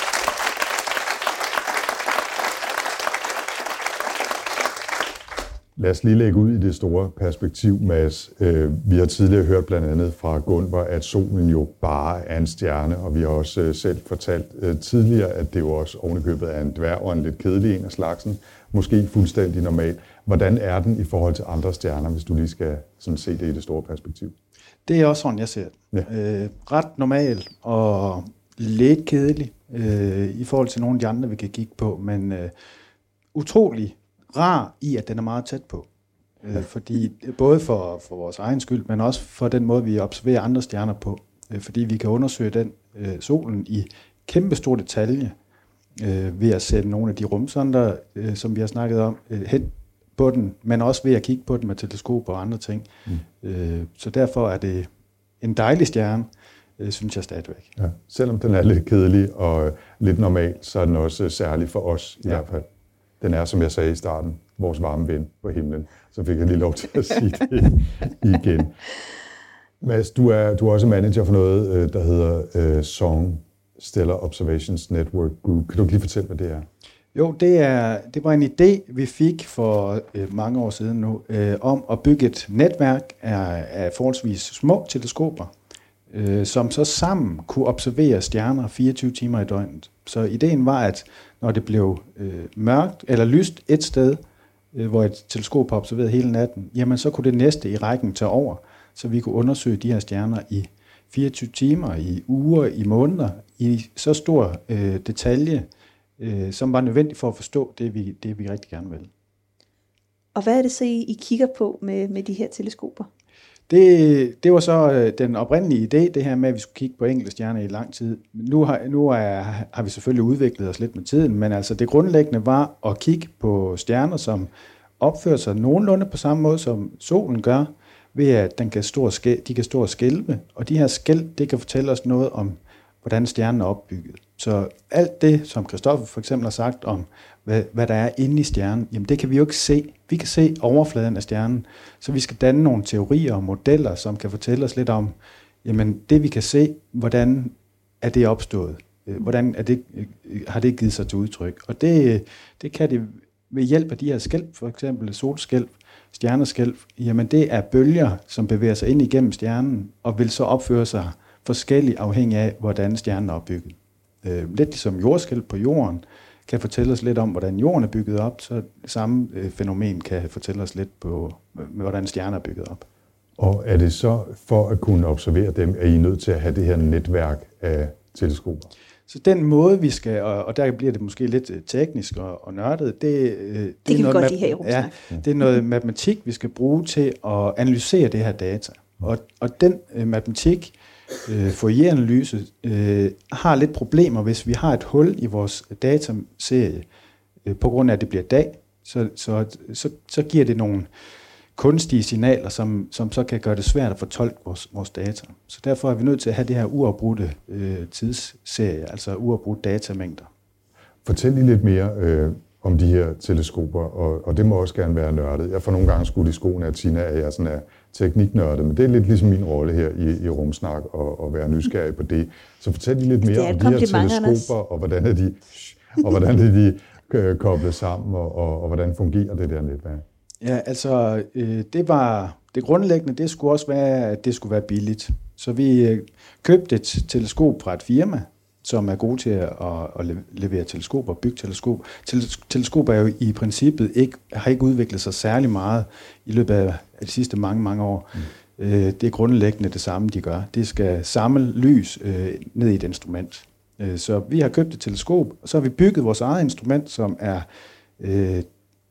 Lad os lige lægge ud i det store perspektiv, Mads. Vi har tidligere hørt blandt andet fra Gunvor, at solen jo bare er en stjerne, og vi har også selv fortalt tidligere, at det jo også ovenikøbet er en dværg og en lidt kedelig en af slagsen. Måske fuldstændig normal. Hvordan er den i forhold til andre stjerner, hvis du lige skal sådan se det i det store perspektiv? Det er også sådan, jeg ser det. Ja. Øh, ret normal og lidt kedelig øh, i forhold til nogle af de andre, vi kan kigge på, men øh, utrolig rar i, at den er meget tæt på. Øh, fordi både for, for vores egen skyld, men også for den måde, vi observerer andre stjerner på. Øh, fordi vi kan undersøge den øh, solen i kæmpe stor detalje øh, ved at sætte nogle af de rumsonder, øh, som vi har snakket om, øh, hen på den, men også ved at kigge på den med teleskoper og andre ting. Mm. Øh, så derfor er det en dejlig stjerne, øh, synes jeg stadigvæk. Ja. Selvom den er lidt kedelig og lidt normal, så er den også særlig for os i ja. hvert fald. Den er, som jeg sagde i starten, vores varme ven på himlen. Så fik jeg lige lov til at sige det igen. Mads, du er, du er også manager for noget, der hedder uh, SONG, Stellar Observations Network Group. Kan du lige fortælle, hvad det er? Jo, det, er, det var en idé, vi fik for øh, mange år siden nu, øh, om at bygge et netværk af, af forholdsvis små teleskoper, øh, som så sammen kunne observere stjerner fireogtyve timer i døgnet. Så ideen var, at når det blev øh, mørkt eller lyst et sted, øh, hvor et teleskop har observeret hele natten, jamen så kunne det næste i rækken tage over, så vi kunne undersøge de her stjerner i fireogtyve timer, i uger, i måneder, i så stor øh, detalje, øh, som var nødvendigt for at forstå det, vi, det, vi rigtig gerne vil. Og hvad er det så, I, I kigger på med, med de her teleskoper? Det, det var så øh, den oprindelige idé, det her med, at vi skulle kigge på enkelte stjerner i lang tid. Nu, har, nu er, har vi selvfølgelig udviklet os lidt med tiden, men altså det grundlæggende var at kigge på stjerner, som opfører sig nogenlunde på samme måde, som solen gør, ved at den kan stå skæ- de kan stå og skælve, og de her skælv, det kan fortælle os noget om, hvordan stjernen er opbygget. Så alt det, som Christoffer for eksempel har sagt om, hvad, hvad der er inde i stjernen, jamen det kan vi jo ikke se. Vi kan se overfladen af stjernen, så vi skal danne nogle teorier og modeller, som kan fortælle os lidt om, jamen det vi kan se, hvordan er det opstået? Hvordan er det, har det givet sig til udtryk? Og det, det kan det ved hjælp af de her skælv, for eksempel solskælv, stjerneskælv, jamen det er bølger, som bevæger sig ind igennem stjernen, og vil så opføre sig forskelligt afhængig af, hvordan stjernen er opbygget. Øh, lidt ligesom jordskælv på jorden kan fortælle os lidt om, hvordan jorden er bygget op, så samme øh, fænomen kan fortælle os lidt på, med, hvordan stjerner er bygget op. Og er det så, for at kunne observere dem, er I nødt til at have det her netværk af teleskoper? Så den måde, vi skal, og, og der bliver det måske lidt teknisk og, og nørdet, det, det, det er kan noget, vi godt lide her i Rumsnak. Ja, det er noget matematik, vi skal bruge til at analysere det her data. Og, og den øh, matematik, øh, Fourier-analyse, øh, har lidt problemer, hvis vi har et hul i vores dataserie, øh, på grund af, at det bliver dag, så, så, så, så giver det nogle kunstige signaler, som, som så kan gøre det svært at fortolke vores, vores data. Så derfor er vi nødt til at have det her uafbrudte øh, tidsserie, altså uafbrudte datamængder. Fortæl lige lidt mere øh, om de her teleskoper, og, og det må også gerne være nørdet. Jeg får nogle gange skudt i skoene af Tina, at jeg sådan er tekniknørdet, men det er lidt ligesom min rolle her i, i Rumsnak, og, og være nysgerrig på det. Så fortæl lige lidt mere om de her teleskoper, og hvordan er de, og hvordan er de øh, koblet sammen, og, og, og hvordan fungerer det der netværk? Ja, altså øh, det var det grundlæggende, det skulle også være, at det skulle være billigt. Så vi øh, købte et teleskop fra et firma, som er gode til at, at levere teleskoper og bygge teleskop. Teleskoper er jo i princippet ikke, har ikke udviklet sig særlig meget i løbet af de sidste mange, mange år. Mm. Øh, det er grundlæggende det samme, de gør. Det skal samle lys øh, ned i et instrument. Øh, så vi har købt et teleskop, og så har vi bygget vores eget instrument, som er øh,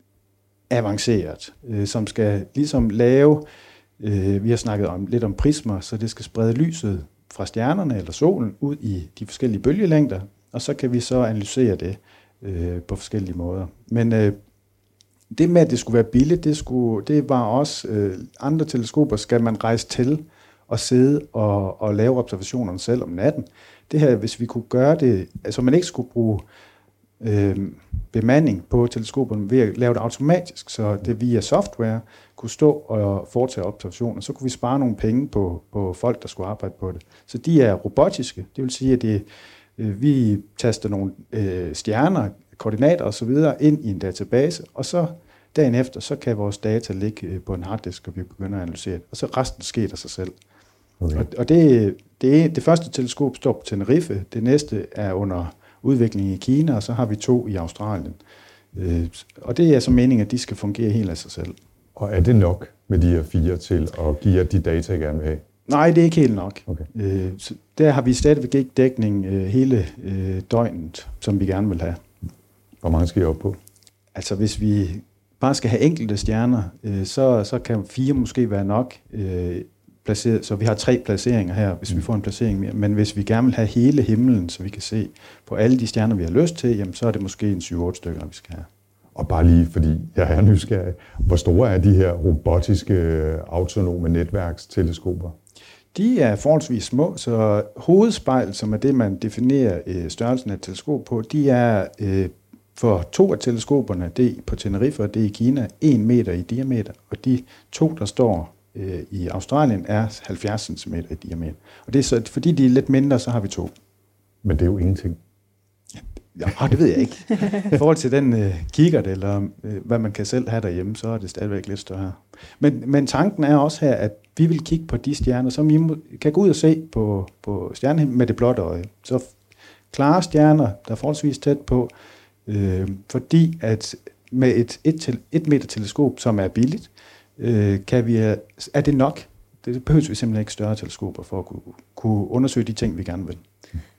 avanceret, øh, som skal ligesom lave, øh, vi har snakket om, lidt om prismer, så det skal sprede lyset fra stjernerne eller solen ud i de forskellige bølgelængder, og så kan vi så analysere det øh, på forskellige måder. Men øh, det med, at det skulle være billigt, det, skulle, det var også øh, andre teleskoper, skal man rejse til og sidde og, og lave observationerne selv om natten. Det her, hvis vi kunne gøre det, altså man ikke skulle bruge øh, bemanding på teleskoperne ved at lave det automatisk, så det via software kunne stå og foretage observationer, så kunne vi spare nogle penge på, på folk, der skulle arbejde på det. Så de er robotiske, det vil sige, at det, øh, vi taster nogle øh, stjerner, koordinater osv. ind i en database, og så dagen efter, så kan vores data ligge på en harddisk, og vi begynder at analysere det, og så resten sker der sig selv. Okay. Og, og det, det, det første teleskop står på Tenerife, det næste er under udvikling i Kina, og så har vi to i Australien. Øh, og det er så meningen, at de skal fungere helt af sig selv. Og er det nok med de her fire til at give jer de data, I gerne vil have? Nej, det er ikke helt nok. Okay. Øh, så der har vi stadigvæk ikke dækning øh, hele øh, døgnet, som vi gerne vil have. Hvor mange skal I op på? Altså hvis vi bare skal have enkelte stjerner, øh, så, så kan fire måske være nok øh, placeret. Så vi har tre placeringer her, hvis mm. vi får en placering mere. Men hvis vi gerne vil have hele himlen, så vi kan se på alle de stjerner, vi har lyst til, jamen, så er det måske en syv otte stykker, vi skal have. Og bare lige, fordi jeg er nysgerrig, hvor store er de her robotiske, autonome netværksteleskoper? De er forholdsvis små, så hovedspejl, som er det, man definerer øh, størrelsen af et teleskop på, de er øh, for to af teleskoperne, det er på Tenerife og det er i Kina, en meter i diameter, og de to, der står øh, i Australien, er halvfjerds centimeter i diameter. Og det er så, fordi de er lidt mindre, så har vi to. Men det er jo ingenting. Ja, det ved jeg ikke. I forhold til den øh, kikkert, eller øh, hvad man kan selv have derhjemme, så er det stadigvæk lidt større. Men, men tanken er også her, at vi vil kigge på de stjerner, som I kan gå ud og se på, på stjernehimlen med det blotte øje. Så klare stjerner, der er forholdsvis tæt på, øh, fordi at med et, et, til, et meter teleskop, som er billigt, øh, kan vi, er det nok. Det behøver vi simpelthen ikke større teleskoper for at kunne, kunne undersøge de ting, vi gerne vil.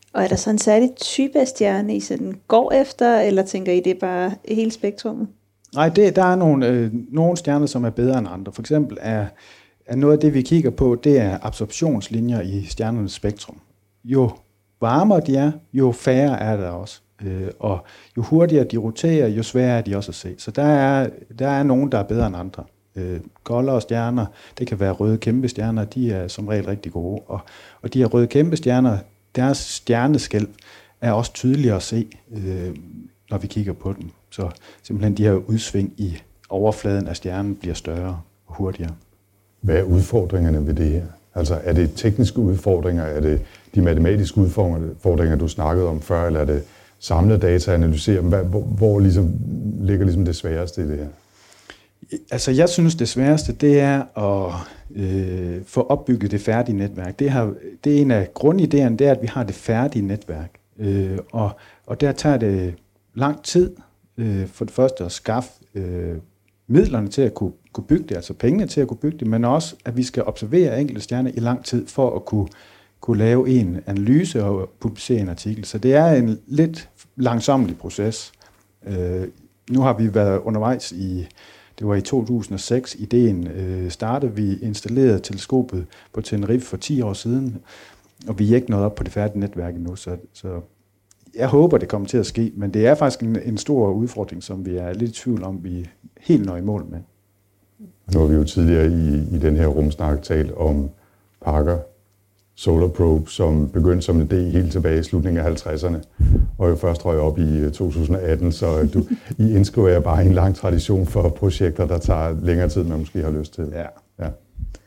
Og er der så en særlig type af stjerne, I sådan går efter, eller tænker I, det er bare hele spektrummet? Nej, det, der er nogle, øh, nogle stjerner, som er bedre end andre. For eksempel er, er noget af det, vi kigger på, det er absorptionslinjer i stjernernes spektrum. Jo varmere de er, jo færre er der også. Øh, og jo hurtigere de roterer, jo sværere er de også at se. Så der er, der er nogen, der er bedre end andre. Øh, koldere stjerner, det kan være røde kæmpe stjerner, de er som regel rigtig gode. Og, og de her røde kæmpe stjerner, deres stjerneskælv er også tydeligere at se, øh, når vi kigger på dem. Så simpelthen de her udsving i overfladen af stjernen bliver større og hurtigere. Hvad er udfordringerne ved det her? Altså er det tekniske udfordringer, er det de matematiske udfordringer, du snakkede om før, eller er det samlede data, analysere dem? Hvor, hvor ligesom, ligger ligesom det sværeste i det her? Altså jeg synes, det sværeste, det er at øh, få opbygget det færdige netværk. Det, har, det er en af grundidéerne, det er, at vi har det færdige netværk. Øh, og, og der tager det lang tid øh, for det første at skaffe øh, midlerne til at kunne, kunne bygge det, altså pengene til at kunne bygge det, men også, at vi skal observere enkelte stjerner i lang tid for at kunne, kunne lave en analyse og publicere en artikel. Så det er en lidt langsommelig proces. Øh, nu har vi været undervejs i, det var i to tusind og seks, ideen øh, startede, vi installerede teleskopet på Tenerife for ti år siden, og vi er ikke nået op på det færdige netværk endnu, så, så jeg håber, det kommer til at ske, men det er faktisk en, en stor udfordring, som vi er lidt i tvivl om, vi helt når i mål med. Nu har vi jo tidligere i, i den her rumsnak talt om Parker Solar Probe, som begyndte som en idé helt tilbage i slutningen af halvtredserne, og jo først røg op i to tusind og atten, så du, I indskriver jer bare en lang tradition for projekter, der tager længere tid, end man måske har lyst til. Ja. Ja.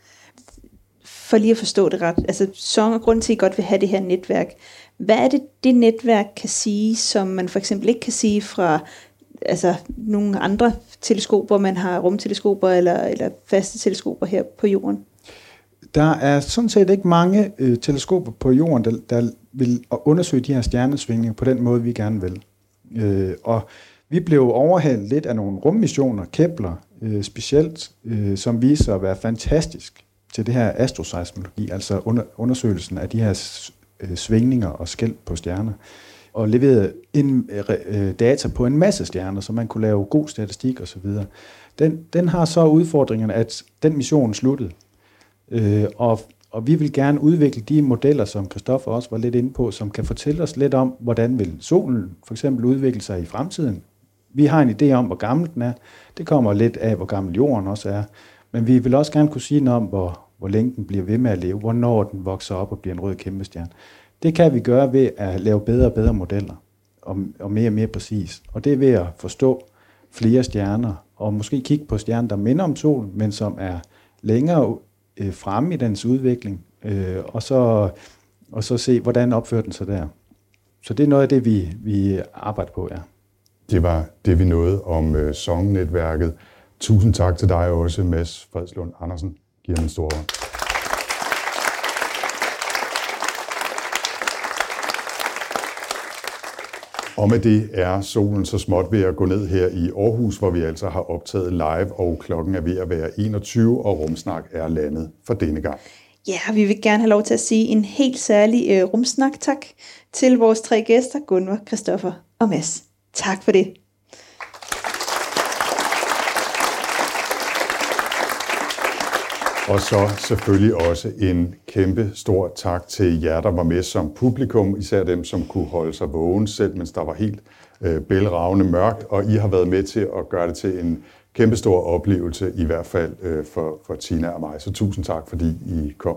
For lige at forstå det ret, altså Song og grund til, at I godt vil have det her netværk, hvad er det, det netværk kan sige, som man for eksempel ikke kan sige fra altså, nogle andre teleskoper, man har rumteleskoper eller, eller faste teleskoper her på jorden? Der er sådan set ikke mange øh, teleskoper på jorden, der, der vil undersøge de her stjernesvingninger på den måde, vi gerne vil. Øh, og vi blev overhalet lidt af nogle rummissioner, Kepler øh, specielt, øh, som viser sig at være fantastisk til det her astroseismologi, altså under, undersøgelsen af de her øh, svingninger og skæld på stjerner, og leverede en, øh, data på en masse stjerner, så man kunne lave god statistik osv. Den, den har så udfordringerne, at den mission sluttede. Øh, og, og vi vil gerne udvikle de modeller, som Christoffer også var lidt inde på, som kan fortælle os lidt om, hvordan vil solen for eksempel udvikle sig i fremtiden. Vi har en idé om, hvor gammel den er. Det kommer lidt af, hvor gammel jorden også er. Men vi vil også gerne kunne sige noget om, hvor, hvor længe den bliver ved med at leve, hvornår den vokser op og bliver en rød kæmpestjerne. Det kan vi gøre ved at lave bedre og bedre modeller, og, og mere og mere præcis. Og det er ved at forstå flere stjerner, og måske kigge på stjerner, der minder om solen, men som er længere øh, fremme i dens udvikling, øh, og, så, og så se, hvordan opfører den sig der. Så det er noget af det, vi, vi arbejder på, ja. Det var det, vi nåede om øh, Song-netværket. Tusind tak til dig også, Mads Fredslund Andersen. Giv ham en stor hånd. Og med det er solen så småt ved at gå ned her i Aarhus, hvor vi altså har optaget live, og klokken er ved at være enogtyve, og Rumsnak er landet for denne gang. Ja, vi vil gerne have lov til at sige en helt særlig øh, rumsnak tak til vores tre gæster, Gunvar, Christoffer og Mads. Tak for det. Og så selvfølgelig også en kæmpe stor tak til jer, der var med som publikum, især dem, som kunne holde sig vågen selv, mens der var helt øh, bælragende mørkt, og I har været med til at gøre det til en kæmpe stor oplevelse, i hvert fald øh, for, for Tina og mig. Så tusind tak, fordi I kom.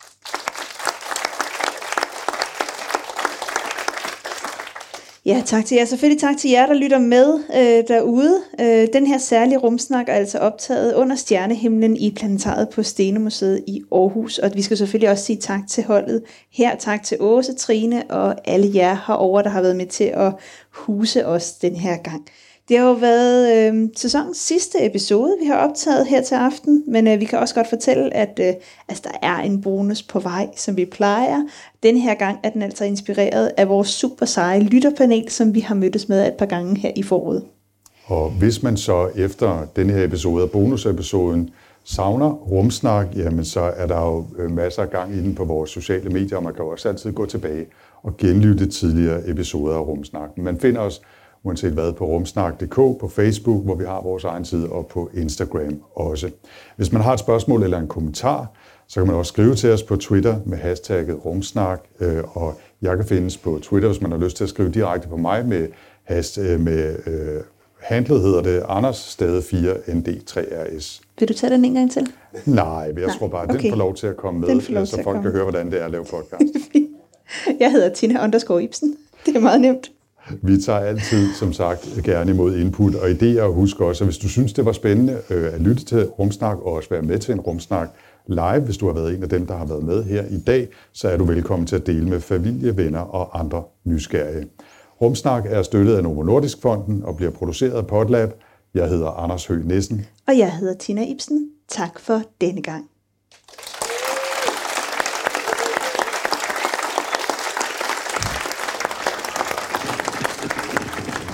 Ja, tak til jer. Selvfølgelig tak til jer, der lytter med øh, derude. Øh, den her særlige rumsnak er altså optaget under stjernehimlen i planetariet på Stenemuseet i Aarhus. Og vi skal selvfølgelig også sige tak til holdet her. Tak til Åse, Trine og alle jer herovre, der har været med til at huse os den her gang. Det har jo været øh, sæsonens sidste episode, vi har optaget her til aften, men øh, vi kan også godt fortælle, at øh, altså, der er en bonus på vej, som vi plejer. Den her gang er den altså inspireret af vores super seje lytterpanel, som vi har mødtes med et par gange her i foråret. Og hvis man så efter denne her episode, bonusepisoden, savner rumsnak, jamen så er der jo masser af gang i den på vores sociale medier, og man kan jo også altid gå tilbage og genlytte tidligere episoder af Rumsnak. Man finder os uanset hvad på rumsnak punktum d k, på Facebook, hvor vi har vores egen side, og på Instagram også. Hvis man har et spørgsmål eller en kommentar, så kan man også skrive til os på Twitter med hashtagget rumsnak, og jeg kan findes på Twitter, hvis man har lyst til at skrive direkte på mig med, hashtag, med øh, handlet hedder det Anders Stade fire N D tre R S. Vil du tage den en gang til? Nej, jeg Nej, tror bare, at okay. den får lov til at komme med, så folk komme. kan høre, hvordan det er at lave podcast. Jeg hedder Tina underscore Ibsen. Det er meget nemt. Vi tager altid, som sagt, gerne imod input og idéer, og husk også, at hvis du synes, det var spændende øh, at lytte til Rumsnak, og også være med til en Rumsnak live, hvis du har været en af dem, der har været med her i dag, så er du velkommen til at dele med familie, venner og andre nysgerrige. Rumsnak er støttet af Novo Nordisk Fonden og bliver produceret af Podlab. Jeg hedder Anders Høgh Nissen. Og jeg hedder Tina Ibsen. Tak for denne gang.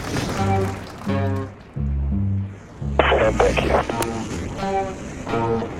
Thank you.